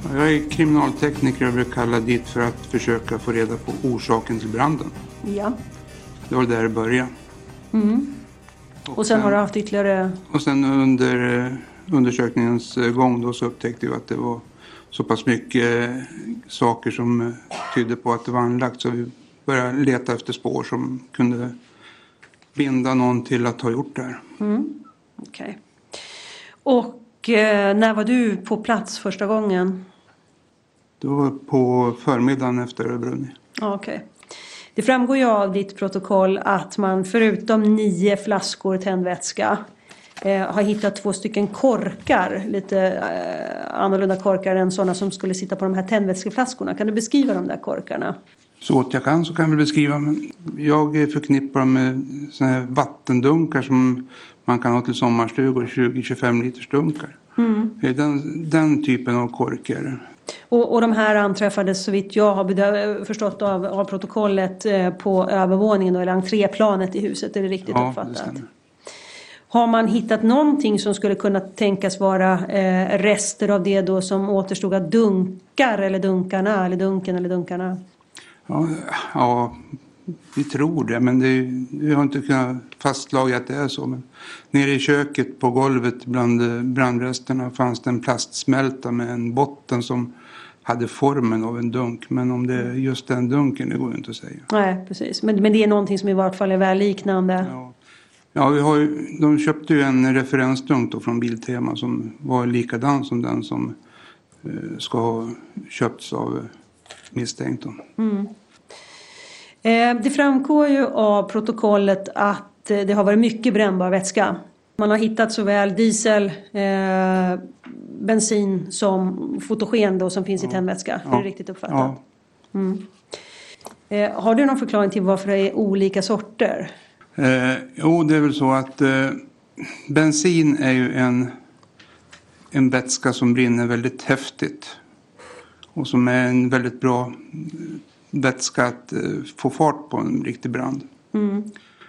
Jag är kriminaltekniker och brukar kalla dit för att försöka få reda på orsaken till branden. Ja. Det var där det började. Mm. Och sen har du haft ytterligare... Och sen under undersökningens gång då så upptäckte vi att det var så pass mycket saker som tydde på att det var anlagt. Så vi började leta efter spår som kunde binda någon till att ha gjort det här. Mm. Okej. Och när var du på plats första gången? Det var på förmiddagen efter det brunnit. Ja, okej. Det framgår ju av ditt protokoll att man förutom 9 flaskor tändvätska har hittat 2 stycken korkar. Lite annorlunda korkar än sådana som skulle sitta på de här tändvätskeflaskorna. Kan du beskriva de där korkarna? Så att jag kan så kan jag väl beskriva. Men jag förknippar dem med såna här vattendunkar som man kan ha till sommarstugor. 20-25 liters dunkar. Mm. Den typen av korkar. Och de här anträffades så vitt jag har förstått av protokollet på övervåningen eller entréplanet i huset. Är det riktigt uppfattat? Det stämmer. Har man hittat någonting som skulle kunna tänkas vara rester av det då som återstod av dunkar eller dunkarna eller dunken eller dunkarna? Ja, vi tror det, men vi har inte kunnat fastslaga att det är så. Men nere i köket på golvet bland brandresterna fanns det en plastsmälta med en botten som hade formen av en dunk. Men om det är just den dunken, det går ju inte att säga. Nej, precis. Men det är någonting som i vart fall är väl liknande. Ja, de köpte ju en referensdunk då från Biltema som var likadan som den som ska ha köpts av misstänkt. Mm. Det framgår ju av protokollet att det har varit mycket brännbar vätska. Man har hittat såväl diesel, bensin som fotogen då som finns i tändvätska. Är det riktigt uppfattat? Ja. Mm. Har du någon förklaring till varför det är olika sorter? Jo, det är väl så att bensin är ju en vätska som brinner väldigt häftigt. Och som är en väldigt bra vätska att få fart på en riktig brand. Mm.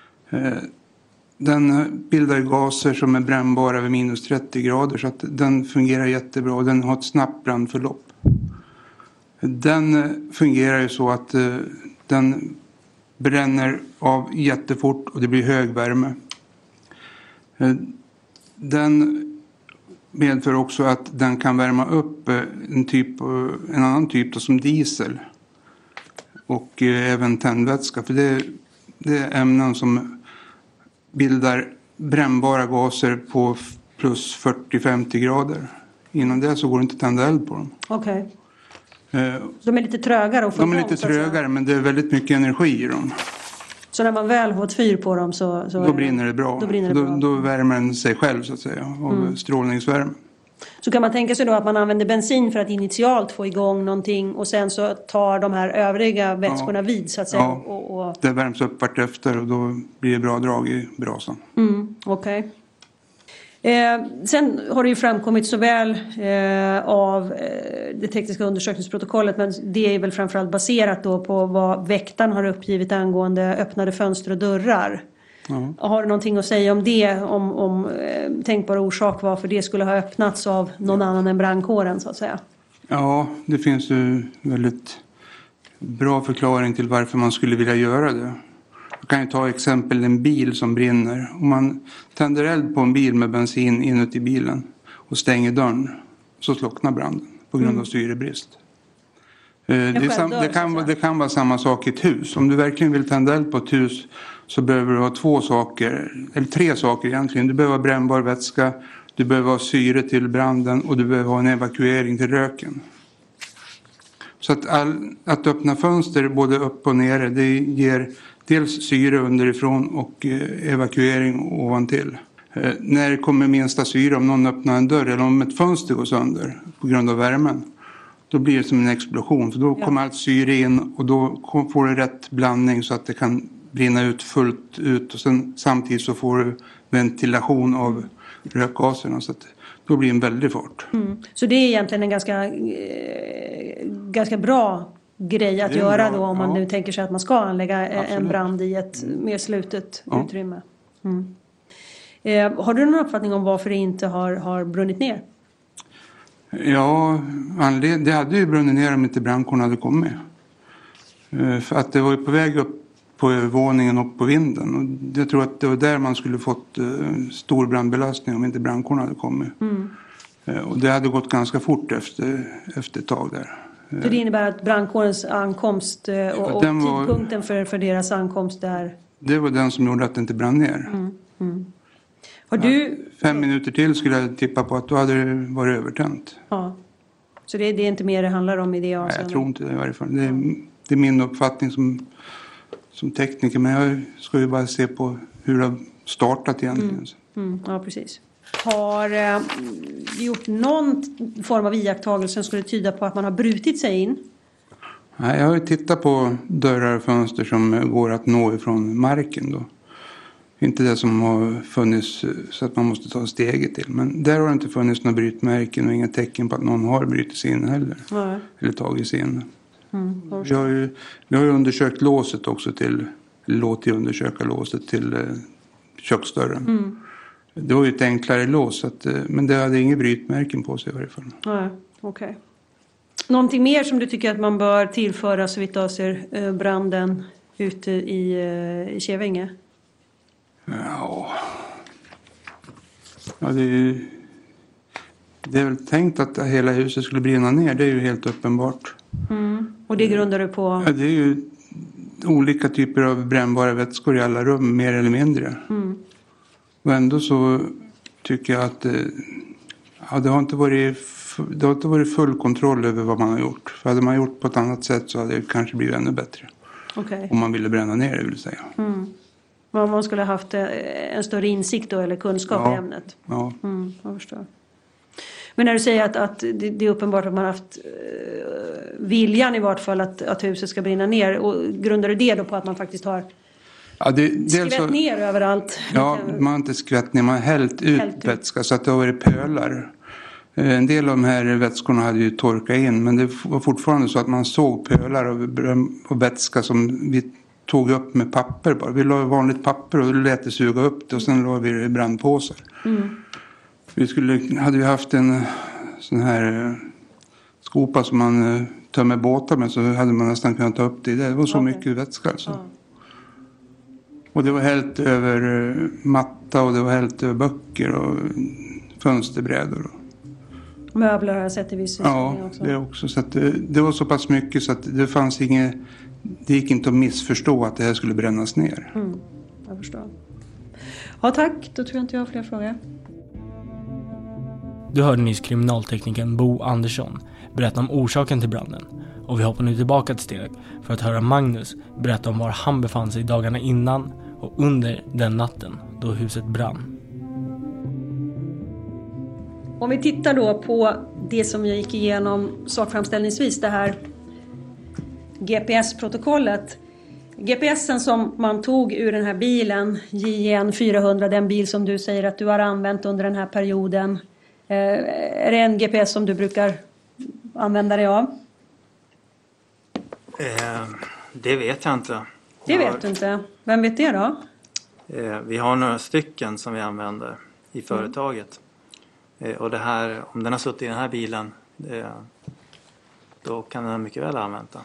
Den bildar gaser som är brännbara vid minus 30 grader så att den fungerar jättebra och den har ett snabbt brandförlopp. Den fungerar ju så att den bränner av jättefort och det blir hög värme. Den medför också att den kan värma upp en annan typ då, som diesel och även tändvätska. För det är ämnen som bildar brännbara gaser på plus 40-50 grader. Innan det så går det inte att tända eld på dem. Okej. De är lite trögare att få igång. De är lite trögare men det är väldigt mycket energi i dem. Så när man väl har ett fyr på dem så då brinner det bra. Då värmer den sig själv så att säga av strålningsvärme. Så kan man tänka sig då att man använder bensin för att initialt få igång någonting och sen så tar de här övriga vätskorna vid så att säga. Och... Det värms upp vart efter och då blir det bra drag i brasan. Okej. Sen har det ju framkommit såväl av det tekniska undersökningsprotokollet men det är väl framförallt baserat då på vad väktaren har uppgivit angående öppnade fönster och dörrar. Ja. Har du någonting att säga om det? Om tänkbara orsak varför det skulle ha öppnats av någon annan än brandkåren så att säga? Ja, det finns ju väldigt bra förklaring till varför man skulle vilja göra det. Jag kan ju ta exempel en bil som brinner. Om man tänder eld på en bil med bensin inuti bilen och stänger dörren så slocknar branden på grund av syrebrist. Det kan vara samma sak i ett hus. Om du verkligen vill tända eld på ett hus så behöver du ha 2 saker, eller 3 saker egentligen. Du behöver ha brännbar vätska, du behöver ha syre till branden och du behöver ha en evakuering till röken. Så att öppna fönster både upp och nere, det ger dels syre underifrån och evakuering ovantill. När det kommer minsta syre, om någon öppnar en dörr eller om ett fönster går sönder på grund av värmen, då blir det som en explosion. För då kommer allt syre in och då får du rätt blandning så att det kan brinna ut fullt ut. Och sen, samtidigt så får du ventilation av rökgaserna så att då blir det en väldig fart. Så det är egentligen en ganska bra grej att göra då om man nu tänker sig att man ska anlägga en brand i ett mer slutet utrymme. Har du någon uppfattning om varför det inte har brunnit ner? Ja, det hade ju brunnit ner om inte brandkåren hade kommit. För att det var ju på väg upp på övervåningen och på vinden. Och jag tror att det var där man skulle fått stor brandbelastning om inte brandkåren hade kommit. Och det hade gått ganska fort efter ett tag där. För det innebär att brandkårens ankomst och tidpunkten för deras ankomst där... Det var den som gjorde att det inte brann ner. Har du... 5 minuter till skulle jag tippa på att då hade det varit övertänt. Ja. Så det är inte mer det handlar om i det avseendet? Nej, jag tror inte det i varje fall. Det är min uppfattning som tekniker. Men jag ska ju bara se på hur det har startat egentligen. Ja, precis. Har gjort någon form av iakttagelse som skulle tyda på att man har brutit sig in? Nej, jag har ju tittat på dörrar och fönster som går att nå ifrån marken då. Inte det som har funnits så att man måste ta steget till. Men där har det inte funnits några brytmärken och inga tecken på att någon har brutit sig in heller. Nej. Eller tagit sig in. Vi har ju undersökt låset också låtit undersöka låset till köksdörren. Det var ju ett enklare lås, men det hade inga brytmärken på sig i varje fall. Nej, okej. Någonting mer som du tycker att man bör tillföra så vitt avser branden ute i Kävinge? Ja, det är väl tänkt att hela huset skulle brinna ner. Det är ju helt uppenbart. Och det grundar du på? Ja, det är ju olika typer av brännbara vätskor i alla rum, mer eller mindre. Och ändå så tycker jag att det har inte varit full kontroll över vad man har gjort. För hade man gjort på ett annat sätt så hade det kanske blivit ännu bättre. Okay. Om man ville bränna ner det, vill säga. Om man skulle ha haft en större insikt då, eller kunskap i ämnet. Ja. Jag förstår. Men när du säger att det är uppenbart att man har haft viljan i vart fall att huset ska brinna ner. Och grundar du det då på att man faktiskt har skvätt ner överallt? Ja, man har inte skvätt ner. Man har hällt ut vätska så att det har varit pölar. En del av de här vätskorna hade ju torkat in. Men det var fortfarande så att man såg pölar och vätska som vi tog upp med papper bara. Vi la vanligt papper och lät det suga upp det. Och sen la vi det i brandpåsar. Hade vi haft en sån här skopa som man tömmer båtar med, så hade man nästan kunnat ta upp det. Det var så mycket vätska alltså. Och det var helt över matta och det var helt över böcker och fönsterbrädor. Möbler har jag sett i viss utsträckning också. Ja, det också. Så att det var så pass mycket så att det fanns det gick inte att missförstå att det här skulle brännas ner. Jag förstår. Ja, tack. Då tror jag inte jag har fler frågor. Du hörde nyss kriminalteknikern Bo Andersson berätta om orsaken till branden. Och vi hoppar nu tillbaka till steg för att höra Magnus berätta om var han befann sig dagarna innan och under den natten då huset brann. Om vi tittar då på det som jag gick igenom sakframställningsvis, det här GPS-protokollet. GPSen som man tog ur den här bilen, JN 400, den bil som du säger att du har använt under den här perioden. Är det en GPS som du brukar använda dig av? Det vet jag inte. Det vet du inte. Vem vet det då? Vi har några stycken som vi använder i företaget. Och det här, om den har suttit i den här bilen, då kan den mycket väl använda.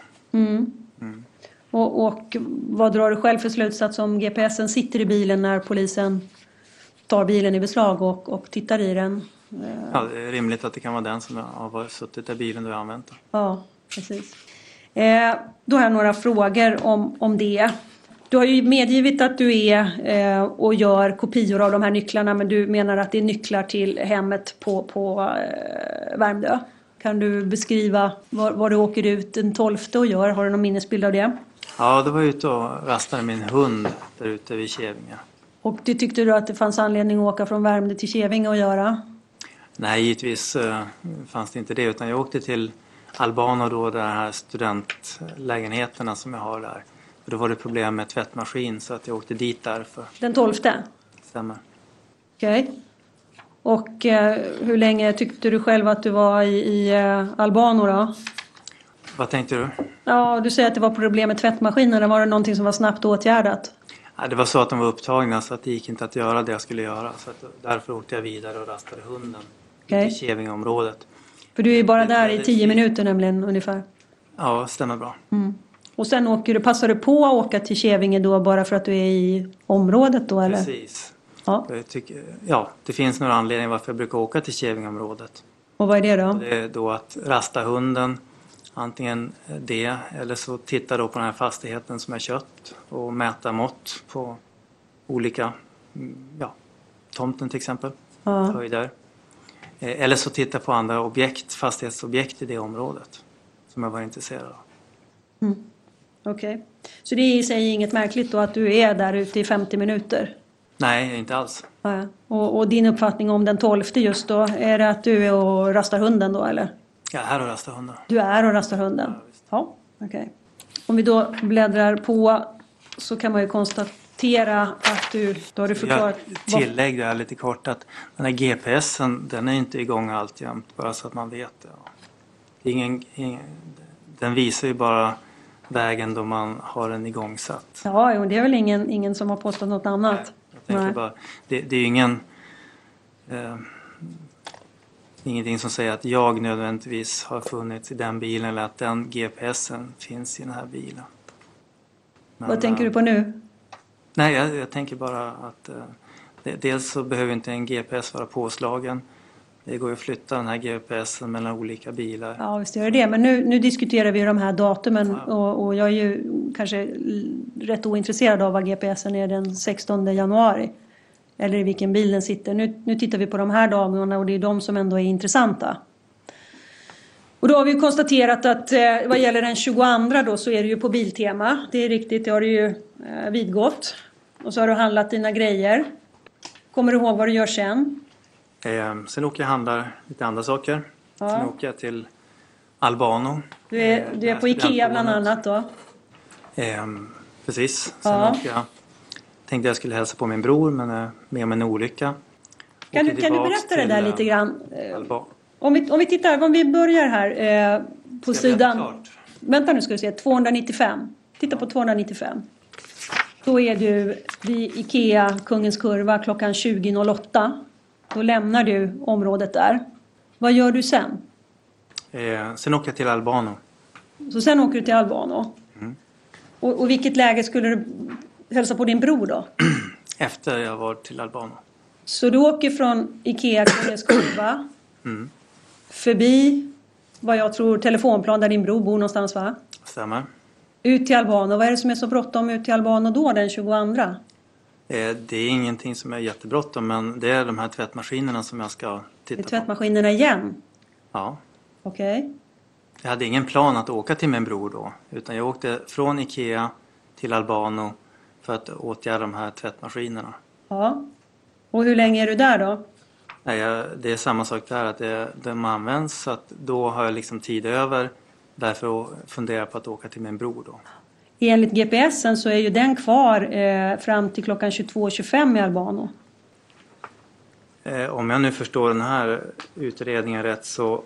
Och vad drar du själv för slutsats om GPSen sitter i bilen när polisen tar bilen i beslag och tittar i den? Ja, det är rimligt att det kan vara den som har suttit i bilen du har använt. Ja, precis. Då har jag några frågor om det. Du har ju medgivit att du är och gör kopior av de här nycklarna, men du menar att det är nycklar till hemmet på Värmdö. Kan du beskriva var du åker ut den 12:e och gör? Har du någon minnesbild av det? Ja, då var jag ute och rastade min hund där ute vid Kävinge. Och det tyckte du att det fanns anledning att åka från Värmdö till Kävinge och göra? Nej, givetvis fanns det inte det, utan jag åkte till Albano då, de här studentlägenheterna som jag har där. Och då var det problem med tvättmaskin, så att jag åkte dit därför. Den 12:e? Stämmer. Okej. Och hur länge tyckte du själv att du var i Albano då? Vad tänkte du? Ja, du säger att det var problem med tvättmaskinen. Var det någonting som var snabbt åtgärdat? Ja, det var så att de var upptagna, så att det gick inte att göra det jag skulle göra. Så att därför åkte jag vidare och rastade hunden i Kävingeområdet. För du är ju bara där i 10 minuter nämligen ungefär. Ja, stämmer bra. Mm. Och sen passar du på att åka till Kävinge då bara för att du är i området då eller? Precis. Ja. Det finns några anledningar varför jag brukar åka till Kävingeområdet. Och vad är det då? Det är då att rasta hunden, antingen det eller så titta då på den här fastigheten som jag köpt och mäta mått på olika, tomten till exempel, höjder. Eller så titta på andra fastighetsobjekt i det området som jag var intresserad av. Mm. Okej. Så det är i sig inget märkligt då att du är där ute i 50 minuter? Nej, inte alls. Ja. Och din uppfattning om den 12:e just då, är det att du är och rastar hunden då eller? Ja, här och rastar hunden. Du är och rastar hunden? Ja, okej. Om vi då bläddrar på så kan man ju konstatera att då har du förklarat... Jag tillägger lite kort att den här GPSen, den är inte igång alltjämt, bara så att man vet det. Den visar ju bara vägen då man har den igångsatt. Ja, det är väl ingen som har påstått något annat. Jag tänker bara, det är ju ingenting som säger att jag nödvändigtvis har funnits i den bilen eller att den GPSen finns i den här bilen. Men, vad tänker du på nu? Nej, jag tänker bara att dels så behöver inte en GPS vara påslagen. Det går ju att flytta den här GPSen mellan olika bilar. Ja, visst gör det. Men nu diskuterar vi de här datumen och jag är ju kanske rätt ointresserad av vad GPSen är den 16 januari. Eller i vilken bil den sitter. Nu tittar vi på de här dagarna och det är de som ändå är intressanta. Och då har vi konstaterat att vad gäller den 22 då så är det ju på Biltema. Det är riktigt, det har du ju vidgått. Och så har du handlat dina grejer. Kommer du ihåg vad du gör sen? Sen åker jag och handlar lite andra saker. Ja. Sen åker jag till Albano. Du är på Ikea bland annat då? Precis. Sen tänkte jag skulle hälsa på min bror men är med om en olycka. Kan du berätta det där lite grann? Om vi tittar, om vi börjar här på sidan. Vänta nu ska vi se, 295. Titta på 295. Då är du vid Ikea Kungens Kurva klockan 20.08. Då lämnar du området där. Vad gör du sen? Sen åker jag till Albano. Så sen åker du till Albano? Mm. Och vilket läge skulle du hälsa på din bror då? Efter jag var till Albano. Så du åker från Ikea Kungens Kurva förbi vad jag tror telefonplan där din bror bor någonstans va? Stämmer. Ut till Albano. Vad är det som är så bråttom ut till Albano då den 22? Det är ingenting som är jättebråttom men det är de här tvättmaskinerna som jag ska titta på. Tvättmaskinerna igen? Ja. Okej. Jag hade ingen plan att åka till min bror då utan jag åkte från Ikea till Albano för att åtgärda de här tvättmaskinerna. Ja. Och hur länge är du där då? Nej, det är samma sak där att de används så att då har jag liksom tid över därför funderar jag på att åka till min bror då. Enligt GPSen så är ju den kvar fram till klockan 22.25 i Albano. Om jag nu förstår den här utredningen rätt så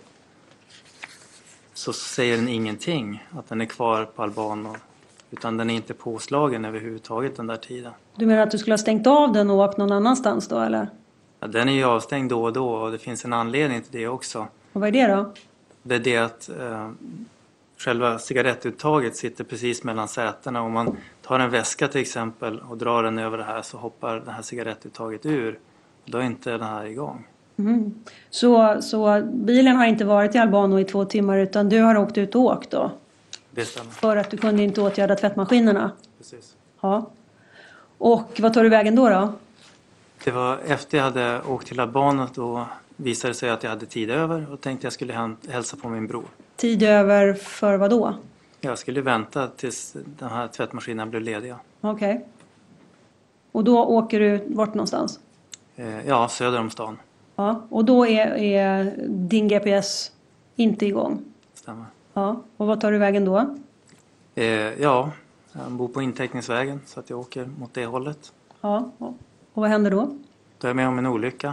säger den ingenting att den är kvar på Albano. Utan den är inte påslagen överhuvudtaget den där tiden. Du menar att du skulle ha stängt av den och åkt någon annanstans då eller? Ja, den är ju avstängd då och då och det finns en anledning till det också. Och vad är det då? Det är det att själva cigarettuttaget sitter precis mellan sätena. Om man tar en väska till exempel och drar den över det här så hoppar det här cigarettuttaget ur. Då är inte den här igång. Mm. Så bilen har inte varit i Albano i 2 timmar utan du har åkt ut och åkt då? Det stämmer. För att du kunde inte åtgärda tvättmaskinerna? Precis. Ja. Och vad tar du vägen då? Det var efter jag hade åkt till Albano då visade det sig att jag hade tid över och tänkte jag skulle hälsa på min bror. Tid över för vad då? Jag skulle vänta tills den här tvättmaskinen blev lediga. Okej. Och då åker du vart någonstans? Ja, söder om stan. Ja, och då är din GPS inte igång? Stämmer. Ja, och vad tar du vägen då? Ja, jag bor på Inteckningsvägen så att jag åker mot det hållet. Ja, och vad händer då? Då är jag med om en olycka.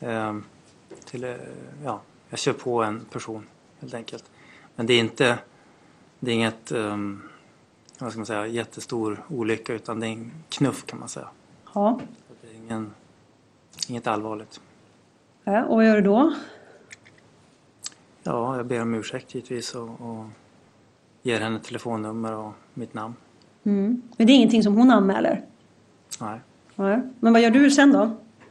Jag kör på en person helt enkelt. Men det är inget vad ska man säga, jättestor olycka utan det är en knuff kan man säga. Ja. Det är inget allvarligt. Ja, och vad gör du då? Ja, jag ber om ursäkt givetvis och ger henne telefonnummer och mitt namn. Mm. Men det är ingenting som hon anmäler? Nej. Nej. Men vad gör du sen då?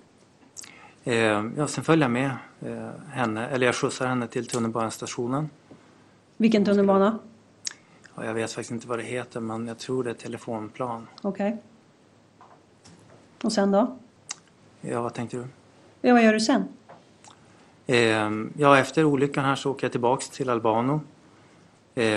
Sen följer jag med henne, eller jag skjutsar henne till tunnelbanestationen. Vilken tunnelbana? Ja, jag vet faktiskt inte vad det heter, men jag tror det är telefonplan. Okej. Och sen då? Ja, vad tänkte du? Ja, vad gör du sen? Ja, efter olyckan här så åker jag tillbaks till Albano. Det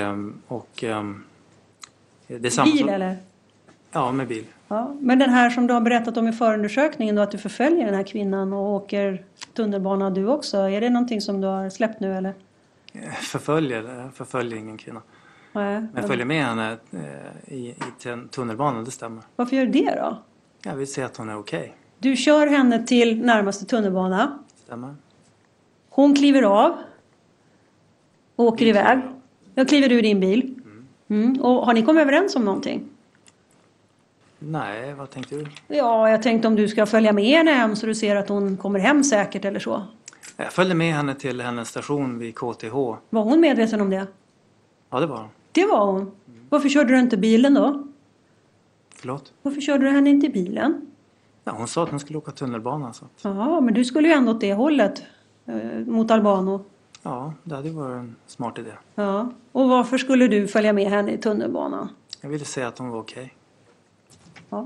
är samma Bil som... eller? Ja, med bil. Ja. Men den här som du har berättat om i förundersökningen då, att du förföljer den här kvinnan och åker tunnelbana du också. Är det någonting som du har släppt nu eller? Förföljer ingen kvinna. Nej. Men jag följer med henne i tunnelbanan, det stämmer. Varför gör du det då? Jag vill se att hon är okej. Du kör henne till närmaste tunnelbana. Stämmer. Hon kliver av. Och åker iväg. Då kliver du i din bil. Mm. Och har ni kommit överens om någonting? Nej, vad tänkte du? Ja, jag tänkte om du ska följa med henne hem så du ser att hon kommer hem säkert eller så. Jag följde med henne till hennes station vid KTH. Var hon medveten om det? Ja, det var hon. Det var hon. Varför körde du inte bilen då? Förlåt? Varför körde du henne inte i bilen? Ja, hon sa att hon skulle åka tunnelbana. Så. Ja, men du skulle ju ändå åt det hållet. Mot Albano. Ja, det hade varit en smart idé. Ja. Och varför skulle du följa med henne i tunnelbanan? Jag ville säga att hon var okej. Ja.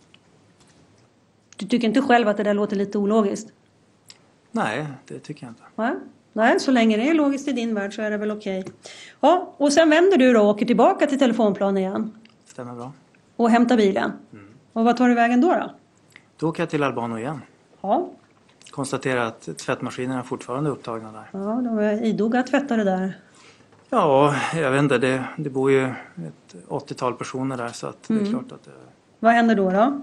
Du tycker inte själv att det där låter lite ologiskt? Nej, det tycker jag inte. Nej, så länge det är logiskt i din värld så är det väl okej. Ja, och sen vänder du då och åker tillbaka till telefonplan igen. Stämmer bra. Och hämtar bilen. Och vad tar du vägen då? Då åker jag till Albano igen. Ja. Konstaterar att tvättmaskinerna är fortfarande upptagna där. Ja, de är idoga tvättare där. Ja, jag vet inte. Det bor ju ett 80-tal personer där så att det är klart att det... Vad händer då?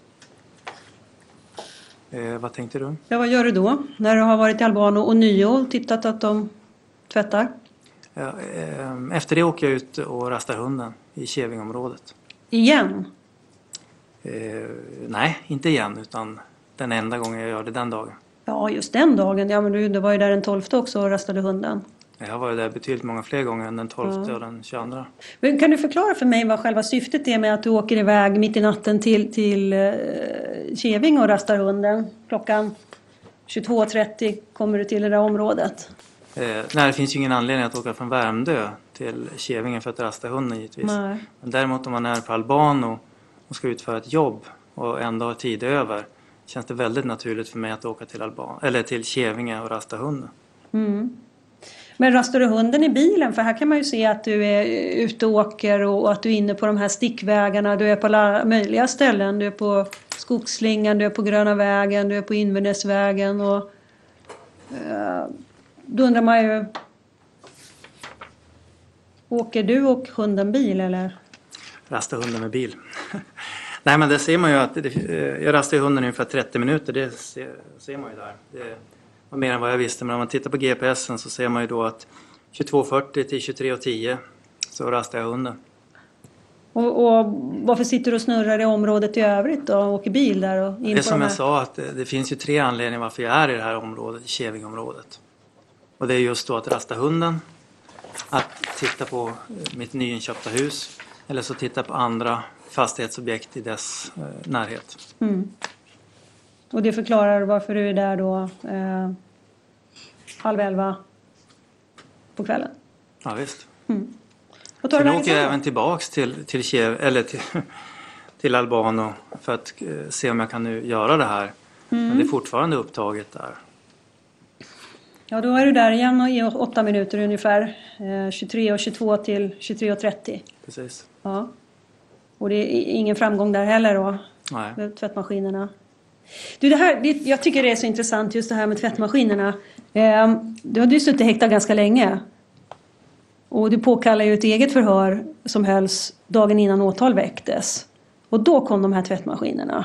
Vad tänkte du? Ja, vad gör du då? När du har varit i Albano och nio och tittat att de tvättar? Ja, efter det åker jag ut och rastar hunden i Kävingområdet. Igen? Nej, inte igen utan den enda gången jag gör det den dagen. Ja, just den dagen. Ja, men du var ju där den 12:e också och rastade hunden. Jag var ju där betydligt många fler gånger än den 12:e och den 22:a. Men kan du förklara för mig vad själva syftet är med att du åker iväg mitt i natten till Käving och rastar hunden? Klockan 22:30 kommer du till det där området. Nej, det finns ju ingen anledning att åka från Värmdö till Kävingen för att rasta hunden givetvis. Nej. Men däremot om man är på Albano och ska utföra ett jobb och ändå har tid över känns det väldigt naturligt för mig att åka till till Kävinge och rasta hunden. Mm. Men rastar du hunden i bilen? För här kan man ju se att du är ute och åker och att du är inne på de här stickvägarna. Du är på alla möjliga ställen. Du är på Skogsslingan, du är på Gröna vägen, du är på Invernäsvägen. Och, då undrar man ju, åker du och hunden bil eller? Rasta hunden med bil. Nej, men det ser man ju att jag rastar hunden ungefär 30 minuter. Det ser man ju där. Det var mer än vad jag visste. Men om man tittar på GPSen så ser man ju då att 22:40 till 23:10 så rastar jag hunden. Och varför sitter du och snurrar i området i övrigt då? Och åker bil där? Och in det är på som jag sa att det finns ju 3 anledningar varför jag är i det här området, i Kävingområdet. Och det är just då att rasta hunden, att titta på mitt nyinköpta hus eller så titta på andra fastighetsobjekt i dess närhet. Mm. Och det förklarar varför du är där då 10:30 på kvällen? Ja, visst. Mm. Sen åker jag även tillbaks till Albano för att se om jag kan nu göra det här. Men det är fortfarande upptaget där. Ja, då är du där igen i 8 minuter ungefär. 23:22 till 23:30. Precis. Ja. Och det är ingen framgång där heller då? Nej. Med tvättmaskinerna. Du, jag tycker det är så intressant just det här med tvättmaskinerna. Du hade ju suttit häktad ganska länge. Och du påkallar ju ett eget förhör som hölls dagen innan åtal väcktes. Och då kom de här tvättmaskinerna.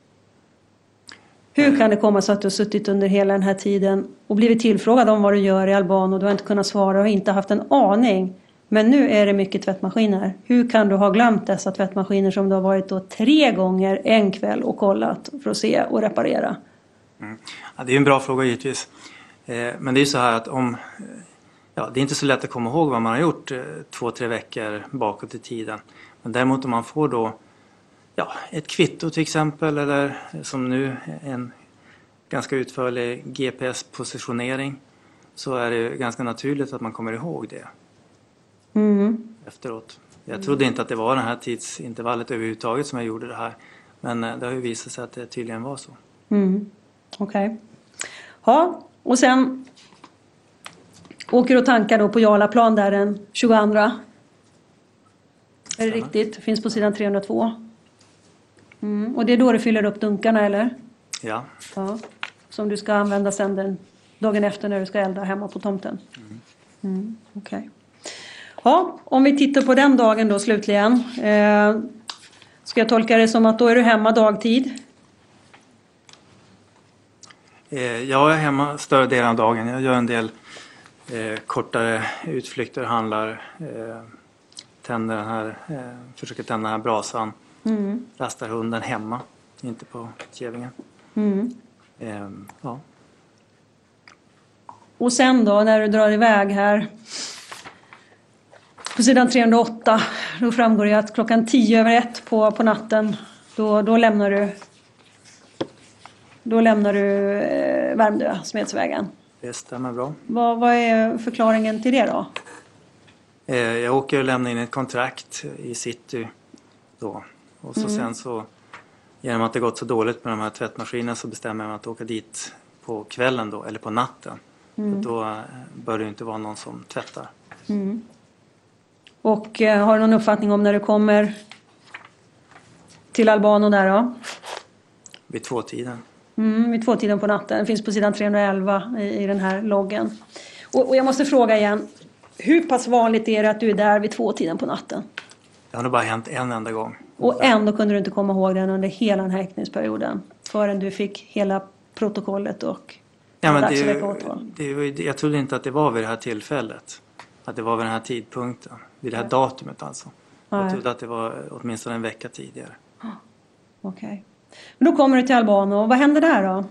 Hur kan det komma så att du har suttit under hela den här tiden och blivit tillfrågad om vad du gör i Albano och du har inte kunnat svara och inte haft en aning. Men nu är det mycket tvättmaskiner. Hur kan du ha glömt dessa tvättmaskiner som du har varit då 3 gånger en kväll och kollat för att se och reparera? Ja, det är en bra fråga givetvis. Men det är ju så här att om Ja, det är inte så lätt att komma ihåg vad man har gjort 2-3 veckor bakåt i tiden. Men däremot om man får då ett kvitto till exempel, eller som nu en ganska utförlig GPS-positionering, så är det ganska naturligt att man kommer ihåg det efteråt. Jag trodde inte att det var det här tidsintervallet överhuvudtaget som jag gjorde det här. Men det har ju visat sig att det tydligen var så. Okej. Ja, och sen åker du och tankar då på Jarlaplan där den 22. Är det riktigt? Finns på sidan 302. Och det är då du fyller upp dunkarna, eller? Ja. Som du ska använda sen den dagen efter när du ska elda hemma på tomten. Okej. Ja, om vi tittar på den dagen då slutligen. Ska jag tolka det som att då är du hemma dagtid? Jag är hemma större delen av dagen. Jag gör en del kortare utflykter, handlar, tänder den här, försöker tända den här brasan. Rastar hunden hemma, inte på Kävingen. Ja. Och sen då när du drar iväg här på sidan 308, då framgår det att klockan 10:01 på natten då lämnar du Värmdö, Smedsvägen. Det stämmer bra. Vad är förklaringen till det då? Jag åker och lämnar in ett kontrakt i city då. Och så sen så, genom att det gått så dåligt med de här tvättmaskinerna, så bestämmer jag mig att åka dit på kvällen då, eller på natten. Och då bör det inte vara någon som tvättar. Och har du någon uppfattning om när du kommer till Albano där då? Vid 2-tiden. Vid 2-tiden på natten. Det finns på sidan 311 i den här loggen. Och jag måste fråga igen. Hur pass vanligt är det att du är där vid 2-tiden på natten? Det har nog bara hänt en enda gång. Och ändå kunde du inte komma ihåg den under hela den här häktningsperioden? Förrän du fick hela protokollet och jag trodde inte att det var vid det här tillfället. Att det var vid den här tidpunkten. Vid det här datumet alltså. Jag trodde att det var åtminstone en vecka tidigare. Okej. Men då kommer du till Albano. Vad händer där då?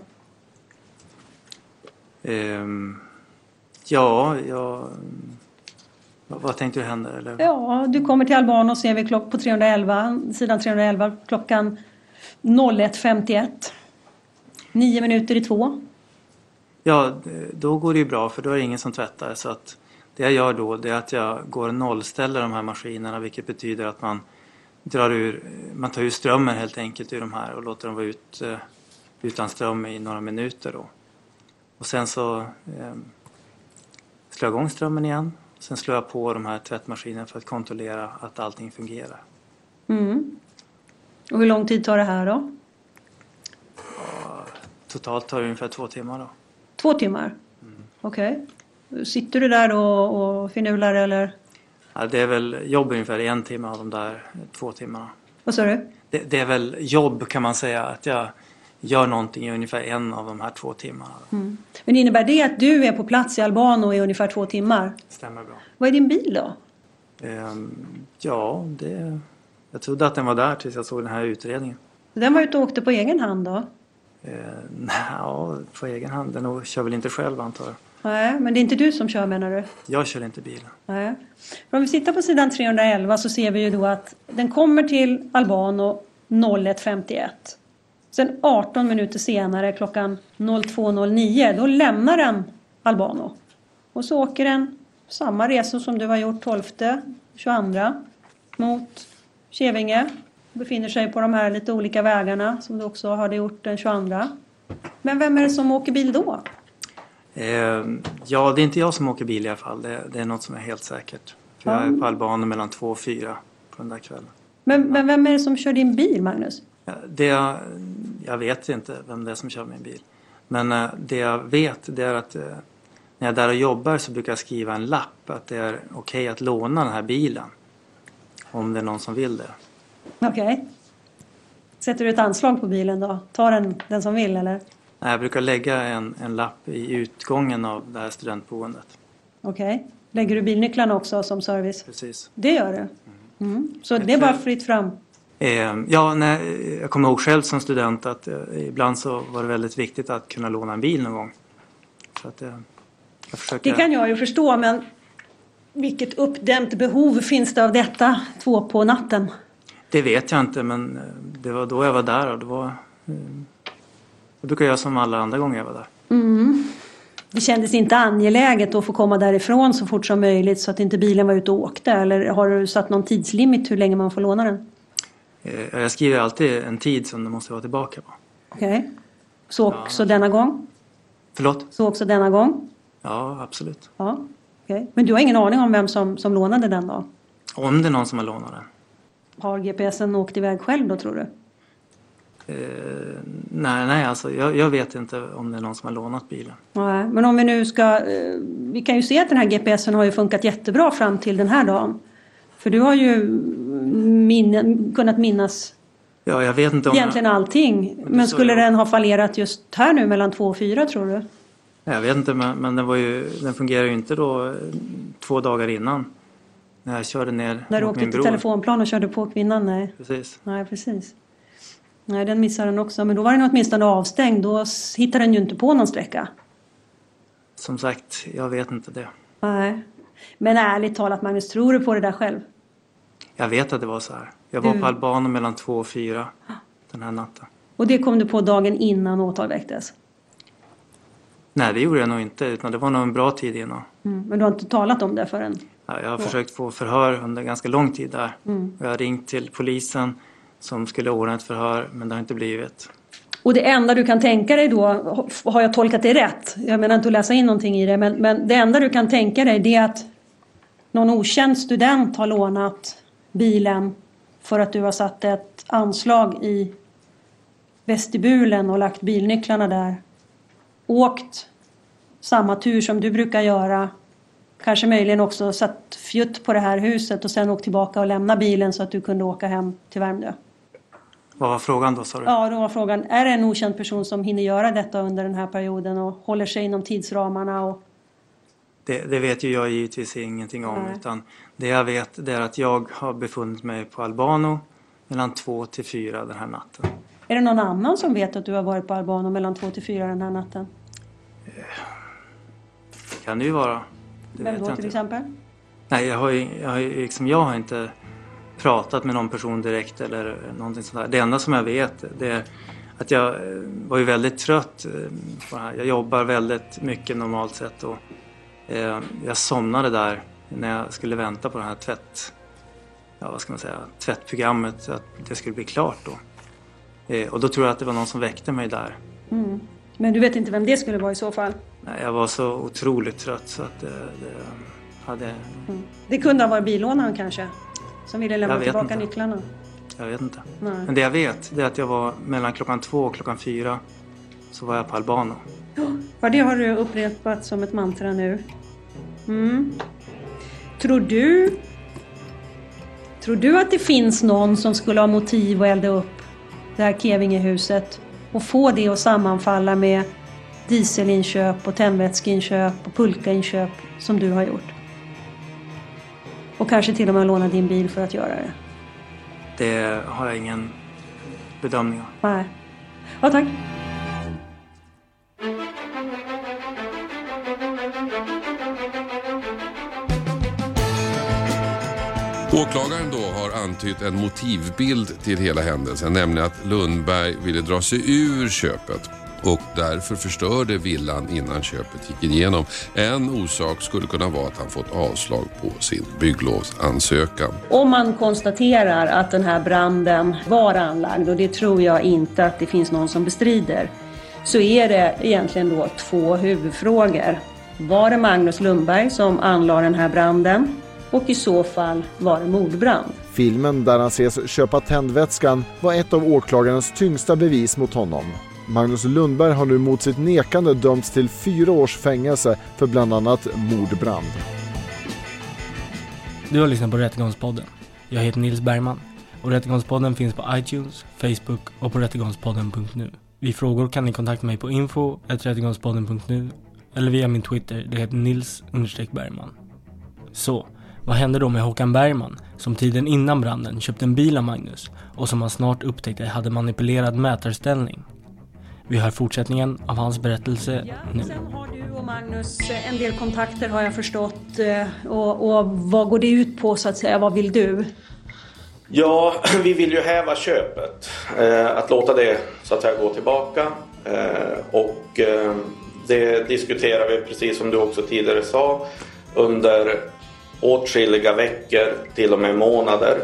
Vad tänkte du hända? Eller? Ja, du kommer till Albano, ser vi på 311, sidan 311, klockan 01:51. 9 minuter i 2. Ja, då går det ju bra, för då är det ingen som tvättar. Så att det jag gör då, det är att jag går och nollställer de här maskinerna, vilket betyder att man tar ur strömmen helt enkelt ur de här och låter dem vara utan ström i några minuter då. Och sen så slår jag igång strömmen igen. Sen slår jag på de här tvättmaskinerna för att kontrollera att allting fungerar. Och hur lång tid tar det här då? Totalt tar det ungefär 2 timmar då. 2 timmar? Okej. Sitter du där och finular eller? Ja, det är väl jobb ungefär 1 timme av de där 2 timmarna. Vad sa du? Det är väl jobb, kan man säga, att jag gör någonting i ungefär 1 av de här 2 timmarna. Men innebär det att du är på plats i Albano i ungefär 2 timmar? Stämmer bra. Vad är din bil då? Jag trodde att den var där tills jag såg den här utredningen. Den var ute och åkte på egen hand då? På egen hand. Den kör väl inte själv, antar jag. Nej, men det är inte du som kör, menar du? Jag kör inte bilen. Nej. För om vi tittar på sidan 311 så ser vi ju då att den kommer till Albano 01:51. Sen 18 minuter senare, klockan 02:09, då lämnar den Albano. Och så åker den samma resa som du har gjort 12/22 mot Kävinge. Befinner sig på de här lite olika vägarna som du också hade gjort den 22. Men vem är det som åker bil då? Ja, det är inte jag som åker bil i alla fall. Det är något som är helt säkert. För jag är på Albano mellan 2 och 4 på den där kvällen. Men vem är det som kör din bil, Magnus? Jag vet inte vem det är som kör min bil. Men det jag vet, det är att när jag är där och jobbar så brukar jag skriva en lapp att det är okej att låna den här bilen. Om det är någon som vill det. Okej. Sätter du ett anslag på bilen då? Tar den som vill, eller? Nej, jag brukar lägga en lapp i utgången av det här studentboendet. Okej. Lägger du bilnycklarna också som service? Precis. Det gör du? Så det är bara fritt fram? Jag kommer ihåg själv som student att ibland så var det väldigt viktigt att kunna låna en bil någon gång. Så att jag försöker... Det kan jag ju förstå, men Vilket uppdämt behov finns det av detta 2 på natten? Det vet jag inte, men det var då jag var där och det var... Jag brukar göra som alla andra gånger jag var där. Det kändes inte angeläget att få komma därifrån så fort som möjligt så att inte bilen var ute och åkte? Eller har du satt någon tidslimit hur länge man får låna den? Jag skriver alltid en tid som det måste vara tillbaka på. Okej. Så också denna gång? Förlåt? Så också denna gång? Ja, absolut. Ja, okej. Men du har ingen aning om vem som lånade den då? Om det är någon som har lånat den. Har GPSen åkt iväg själv då, tror du? Nej, alltså jag vet inte om det är någon som har lånat bilen. Nej, men om vi nu ska... vi kan ju se att den här GPSen har ju funkat jättebra fram till den här dagen. För du har ju kunnat minnas Ja, jag vet inte om egentligen allting. Men skulle den ha fallerat just här nu mellan 2 och 4, tror du? Jag vet inte, men den fungerar ju inte då 2 dagar innan. När jag körde ner när du åkte till telefonplan och körde på kvinnan, nej. Precis. Nej, precis. Nej, den missade den också. Men då var den åtminstone avstängd. Då hittade den ju inte på någon sträcka. Som sagt, jag vet inte det. Nej. Men ärligt talat, Magnus, tror du på det där själv? Jag vet att det var så här. Jag var på Albano mellan 2 och 4 den här natten. Och det kom du på dagen innan åtal väcktes? Nej, det gjorde jag nog inte. Utan det var nog en bra tid innan. Men du har inte talat om det förrän? Ja, jag har försökt få förhör under ganska lång tid där. Jag har ringt till polisen som skulle ordna ett förhör, men det har inte blivit. Och det enda du kan tänka dig då, har jag tolkat det rätt? Jag menar inte att läsa in någonting i det, men det enda du kan tänka dig det är att någon okänd student har lånat bilen för att du har satt ett anslag i vestibulen och lagt bilnycklarna där. Åkt samma tur som du brukar göra. Kanske möjligen också satt fjutt på det här huset och sen åkt tillbaka och lämna bilen så att du kunde åka hem till Värmdö. Vad var frågan då, sa du? Ja, då var frågan, är det en okänd person som hinner göra detta under den här perioden och håller sig inom tidsramarna? Och... Det vet ju jag givetvis ingenting om. Utan det jag vet det är att jag har befunnit mig på Albano mellan 2 till 4 den här natten. Är det någon annan som vet att du har varit på Albano mellan 2 till 4 den här natten? Kan det ju vara. Vem då till exempel? Nej, jag har inte pratat med någon person direkt eller någonting sånt där. Det enda som jag vet det är att jag var ju väldigt trött på det här. Jag jobbar väldigt mycket normalt sett och jag somnade där när jag skulle vänta på det här tvättprogrammet att det skulle bli klart då. Och då tror jag att det var någon som väckte mig där. Men du vet inte vem det skulle vara i så fall? Nej, jag var så otroligt trött så att det hade... Det kunde ha varit billånaren kanske, som ville lämna tillbaka nycklarna. Jag vet inte. Nej. Men det jag vet det är att jag var mellan klockan 2 och klockan 4 så var jag på Albano. Ja, det har du upprepat som ett mantra nu. Tror du att det finns någon som skulle ha motiv att elda upp det här Kevingehuset och få det att sammanfalla med dieselinköp och tändvätskeinköp och pulkainköp som du har gjort? Och kanske till och med låna din bil för att göra det? Det har jag ingen bedömning av. Nej. Ja, tack. Åklagaren då har antytt en motivbild till hela händelsen, nämligen att Lundberg ville dra sig ur köpet och därför förstörde villan innan köpet gick igenom. En orsak skulle kunna vara att han fått avslag på sin bygglovsansökan. Om man konstaterar att den här branden var anlagd, och det tror jag inte att det finns någon som bestrider, så är det egentligen då 2 huvudfrågor. Var det Magnus Lundberg som anlade den här branden? Och i så fall var det mordbrand. Filmen där han ses köpa tändvätskan var ett av åklagarens tyngsta bevis mot honom. Magnus Lundberg har nu mot sitt nekande dömts till 4 års fängelse för bland annat mordbrand. Du har lyssnat på Rättegångspodden. Jag heter Nils Bergman och Rättegångspodden finns på iTunes, Facebook och på rättegångspodden.nu. Vid frågor kan ni kontakta mig på info@rättegångspodden.nu eller via min Twitter, det heter Nils_Bergman. Så, vad hände då med Håkan Bergman som tiden innan branden köpte en bil av Magnus och som han snart upptäckte hade manipulerad mätarställning? Vi hör fortsättningen av hans berättelse nu. Sen har du och Magnus, en del kontakter har jag förstått. Och vad går det ut på så att säga? Vad vill du? Ja, vi vill ju häva köpet. Att låta det så att säga gå tillbaka. Och det diskuterar vi, precis som du också tidigare sa, under åtskilliga veckor, till och med månader.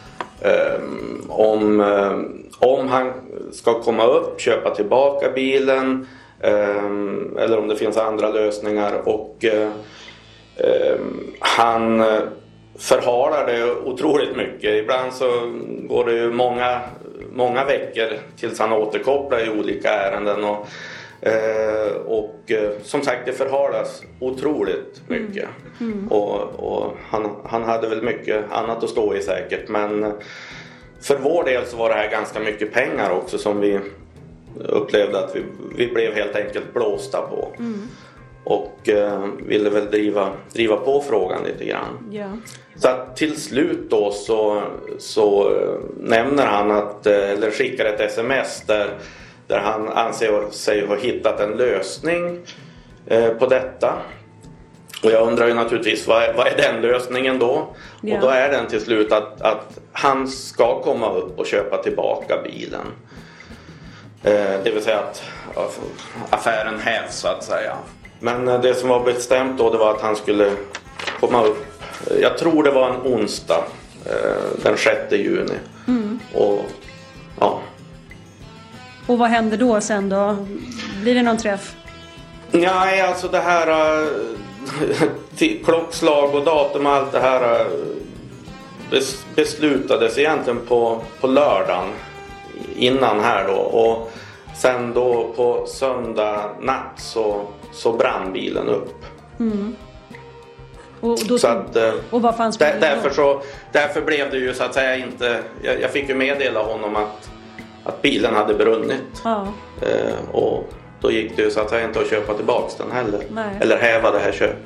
Om han ska komma upp, köpa tillbaka bilen, eller om det finns andra lösningar. Och han förhalar det otroligt mycket. Ibland så går det ju många veckor tills han återkopplar i olika ärenden. Och som sagt, det förhalas otroligt mycket. Och han hade väl mycket annat att stå i säkert. Men för vår del så var det här ganska mycket pengar också som vi upplevde att vi blev helt enkelt blåsta på. Och ville väl driva på frågan lite grann. Ja. Så att till slut då så nämner han eller skickar ett sms där han anser sig ha hittat en lösning på detta. Och jag undrar ju naturligtvis, vad är den lösningen då? Ja. Och då är den till slut att han ska komma upp och köpa tillbaka bilen. Det vill säga att affären hävs så att säga. Men det som var bestämt då, det var att han skulle komma upp. Jag tror det var en onsdag, den 6 juni. Och ja. Och vad händer då sen då? Blir det någon träff? Nej, alltså det här klockslag och datum och allt det här beslutades egentligen på lördagen innan här då. Och sen då på söndag natt så brann bilen upp. Och vad fanns bilen därför blev det ju så att säga inte... Jag fick ju meddela honom att bilen hade brunnit. Ja. Och då gick det ju så att säga inte att köpa tillbaka den heller. Nej. Eller häva det här köpet.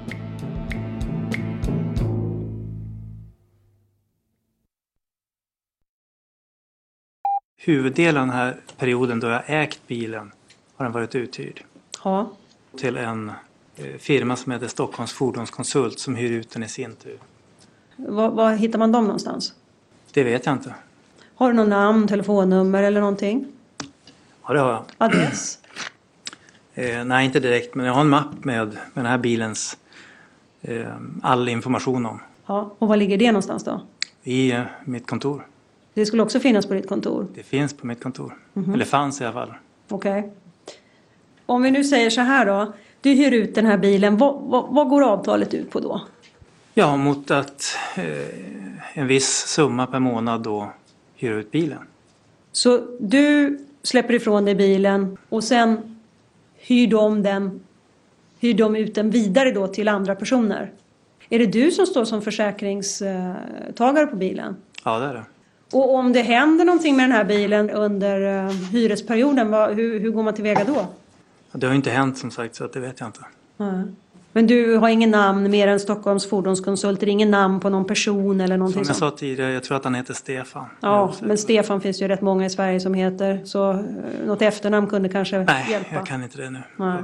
Huvuddelen av den här perioden då jag ägt bilen har den varit uthyrd. Ja. Till en firma som heter Stockholms fordonskonsult som hyr ut den i sin tur. Var hittar man dem någonstans? Det vet jag inte. Har du någon namn, telefonnummer eller någonting? Ja, det har jag. Adress? Nej, inte direkt, men jag har en mapp med den här bilens all information om. Ja, och var ligger det någonstans då? I mitt kontor. Det skulle också finnas på ditt kontor? Det finns på mitt kontor. Eller fanns i alla fall. Okej. Om vi nu säger så här då. Du hyr ut den här bilen. Vad går avtalet ut på då? Ja, mot att en viss summa per månad då hyr ut bilen. Så du släpper ifrån dig bilen och sen hyr de ut den vidare då till andra personer? Är det du som står som försäkringstagare på bilen? Ja, det är det. Och om det händer någonting med den här bilen under hyresperioden, hur går man tillväga då? Det har ju inte hänt som sagt, så att det vet jag inte. Men du har ingen namn mer än Stockholms fordonskonsult? Det är ingen namn på någon person eller någonting som jag sånt? sa tidigare, jag tror att han heter Stefan. Ja, men Stefan finns ju rätt många i Sverige som heter. Så något efternamn kunde kanske hjälpa. Nej, jag kan inte det nu. Nej.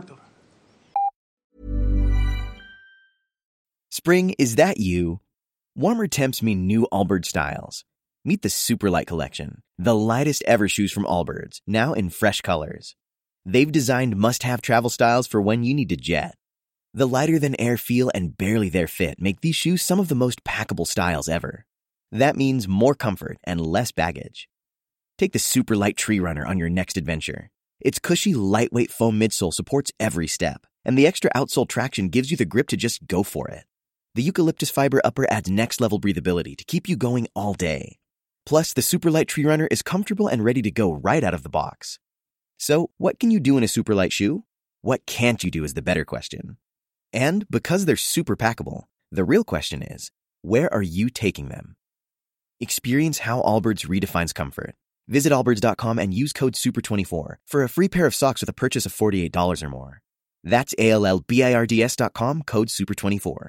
Spring, is that you? Warmer temps mean new Allbirds styles. Meet the Superlight Collection, the lightest ever shoes from Allbirds, now in fresh colors. They've designed must-have travel styles for when you need to jet. The lighter-than-air feel and barely-there fit make these shoes some of the most packable styles ever. That means more comfort and less baggage. Take the Superlight Tree Runner on your next adventure. Its cushy, lightweight foam midsole supports every step, and the extra outsole traction gives you the grip to just go for it. The eucalyptus fiber upper adds next-level breathability to keep you going all day. Plus, the Superlight Tree Runner is comfortable and ready to go right out of the box. So, what can you do in a Superlight shoe? What can't you do is the better question. And because they're super packable, the real question is, where are you taking them? Experience how Allbirds redefines comfort. Visit allbirds.com and use code SUPER24 for a free pair of socks with a purchase of $48 or more. That's ALLBIRDS.com, code SUPER24.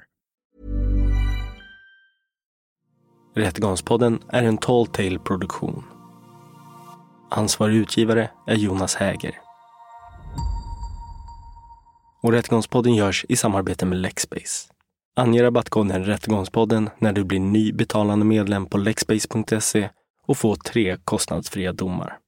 Rättegångspodden är en Tall Tale-produktion. Ansvarig utgivare är Jonas Häger. Och Rättegångspodden görs i samarbete med Lexbase. Ange rabattkoden Rättegångspodden när du blir ny betalande medlem på lexbase.se och få 3 kostnadsfria domar.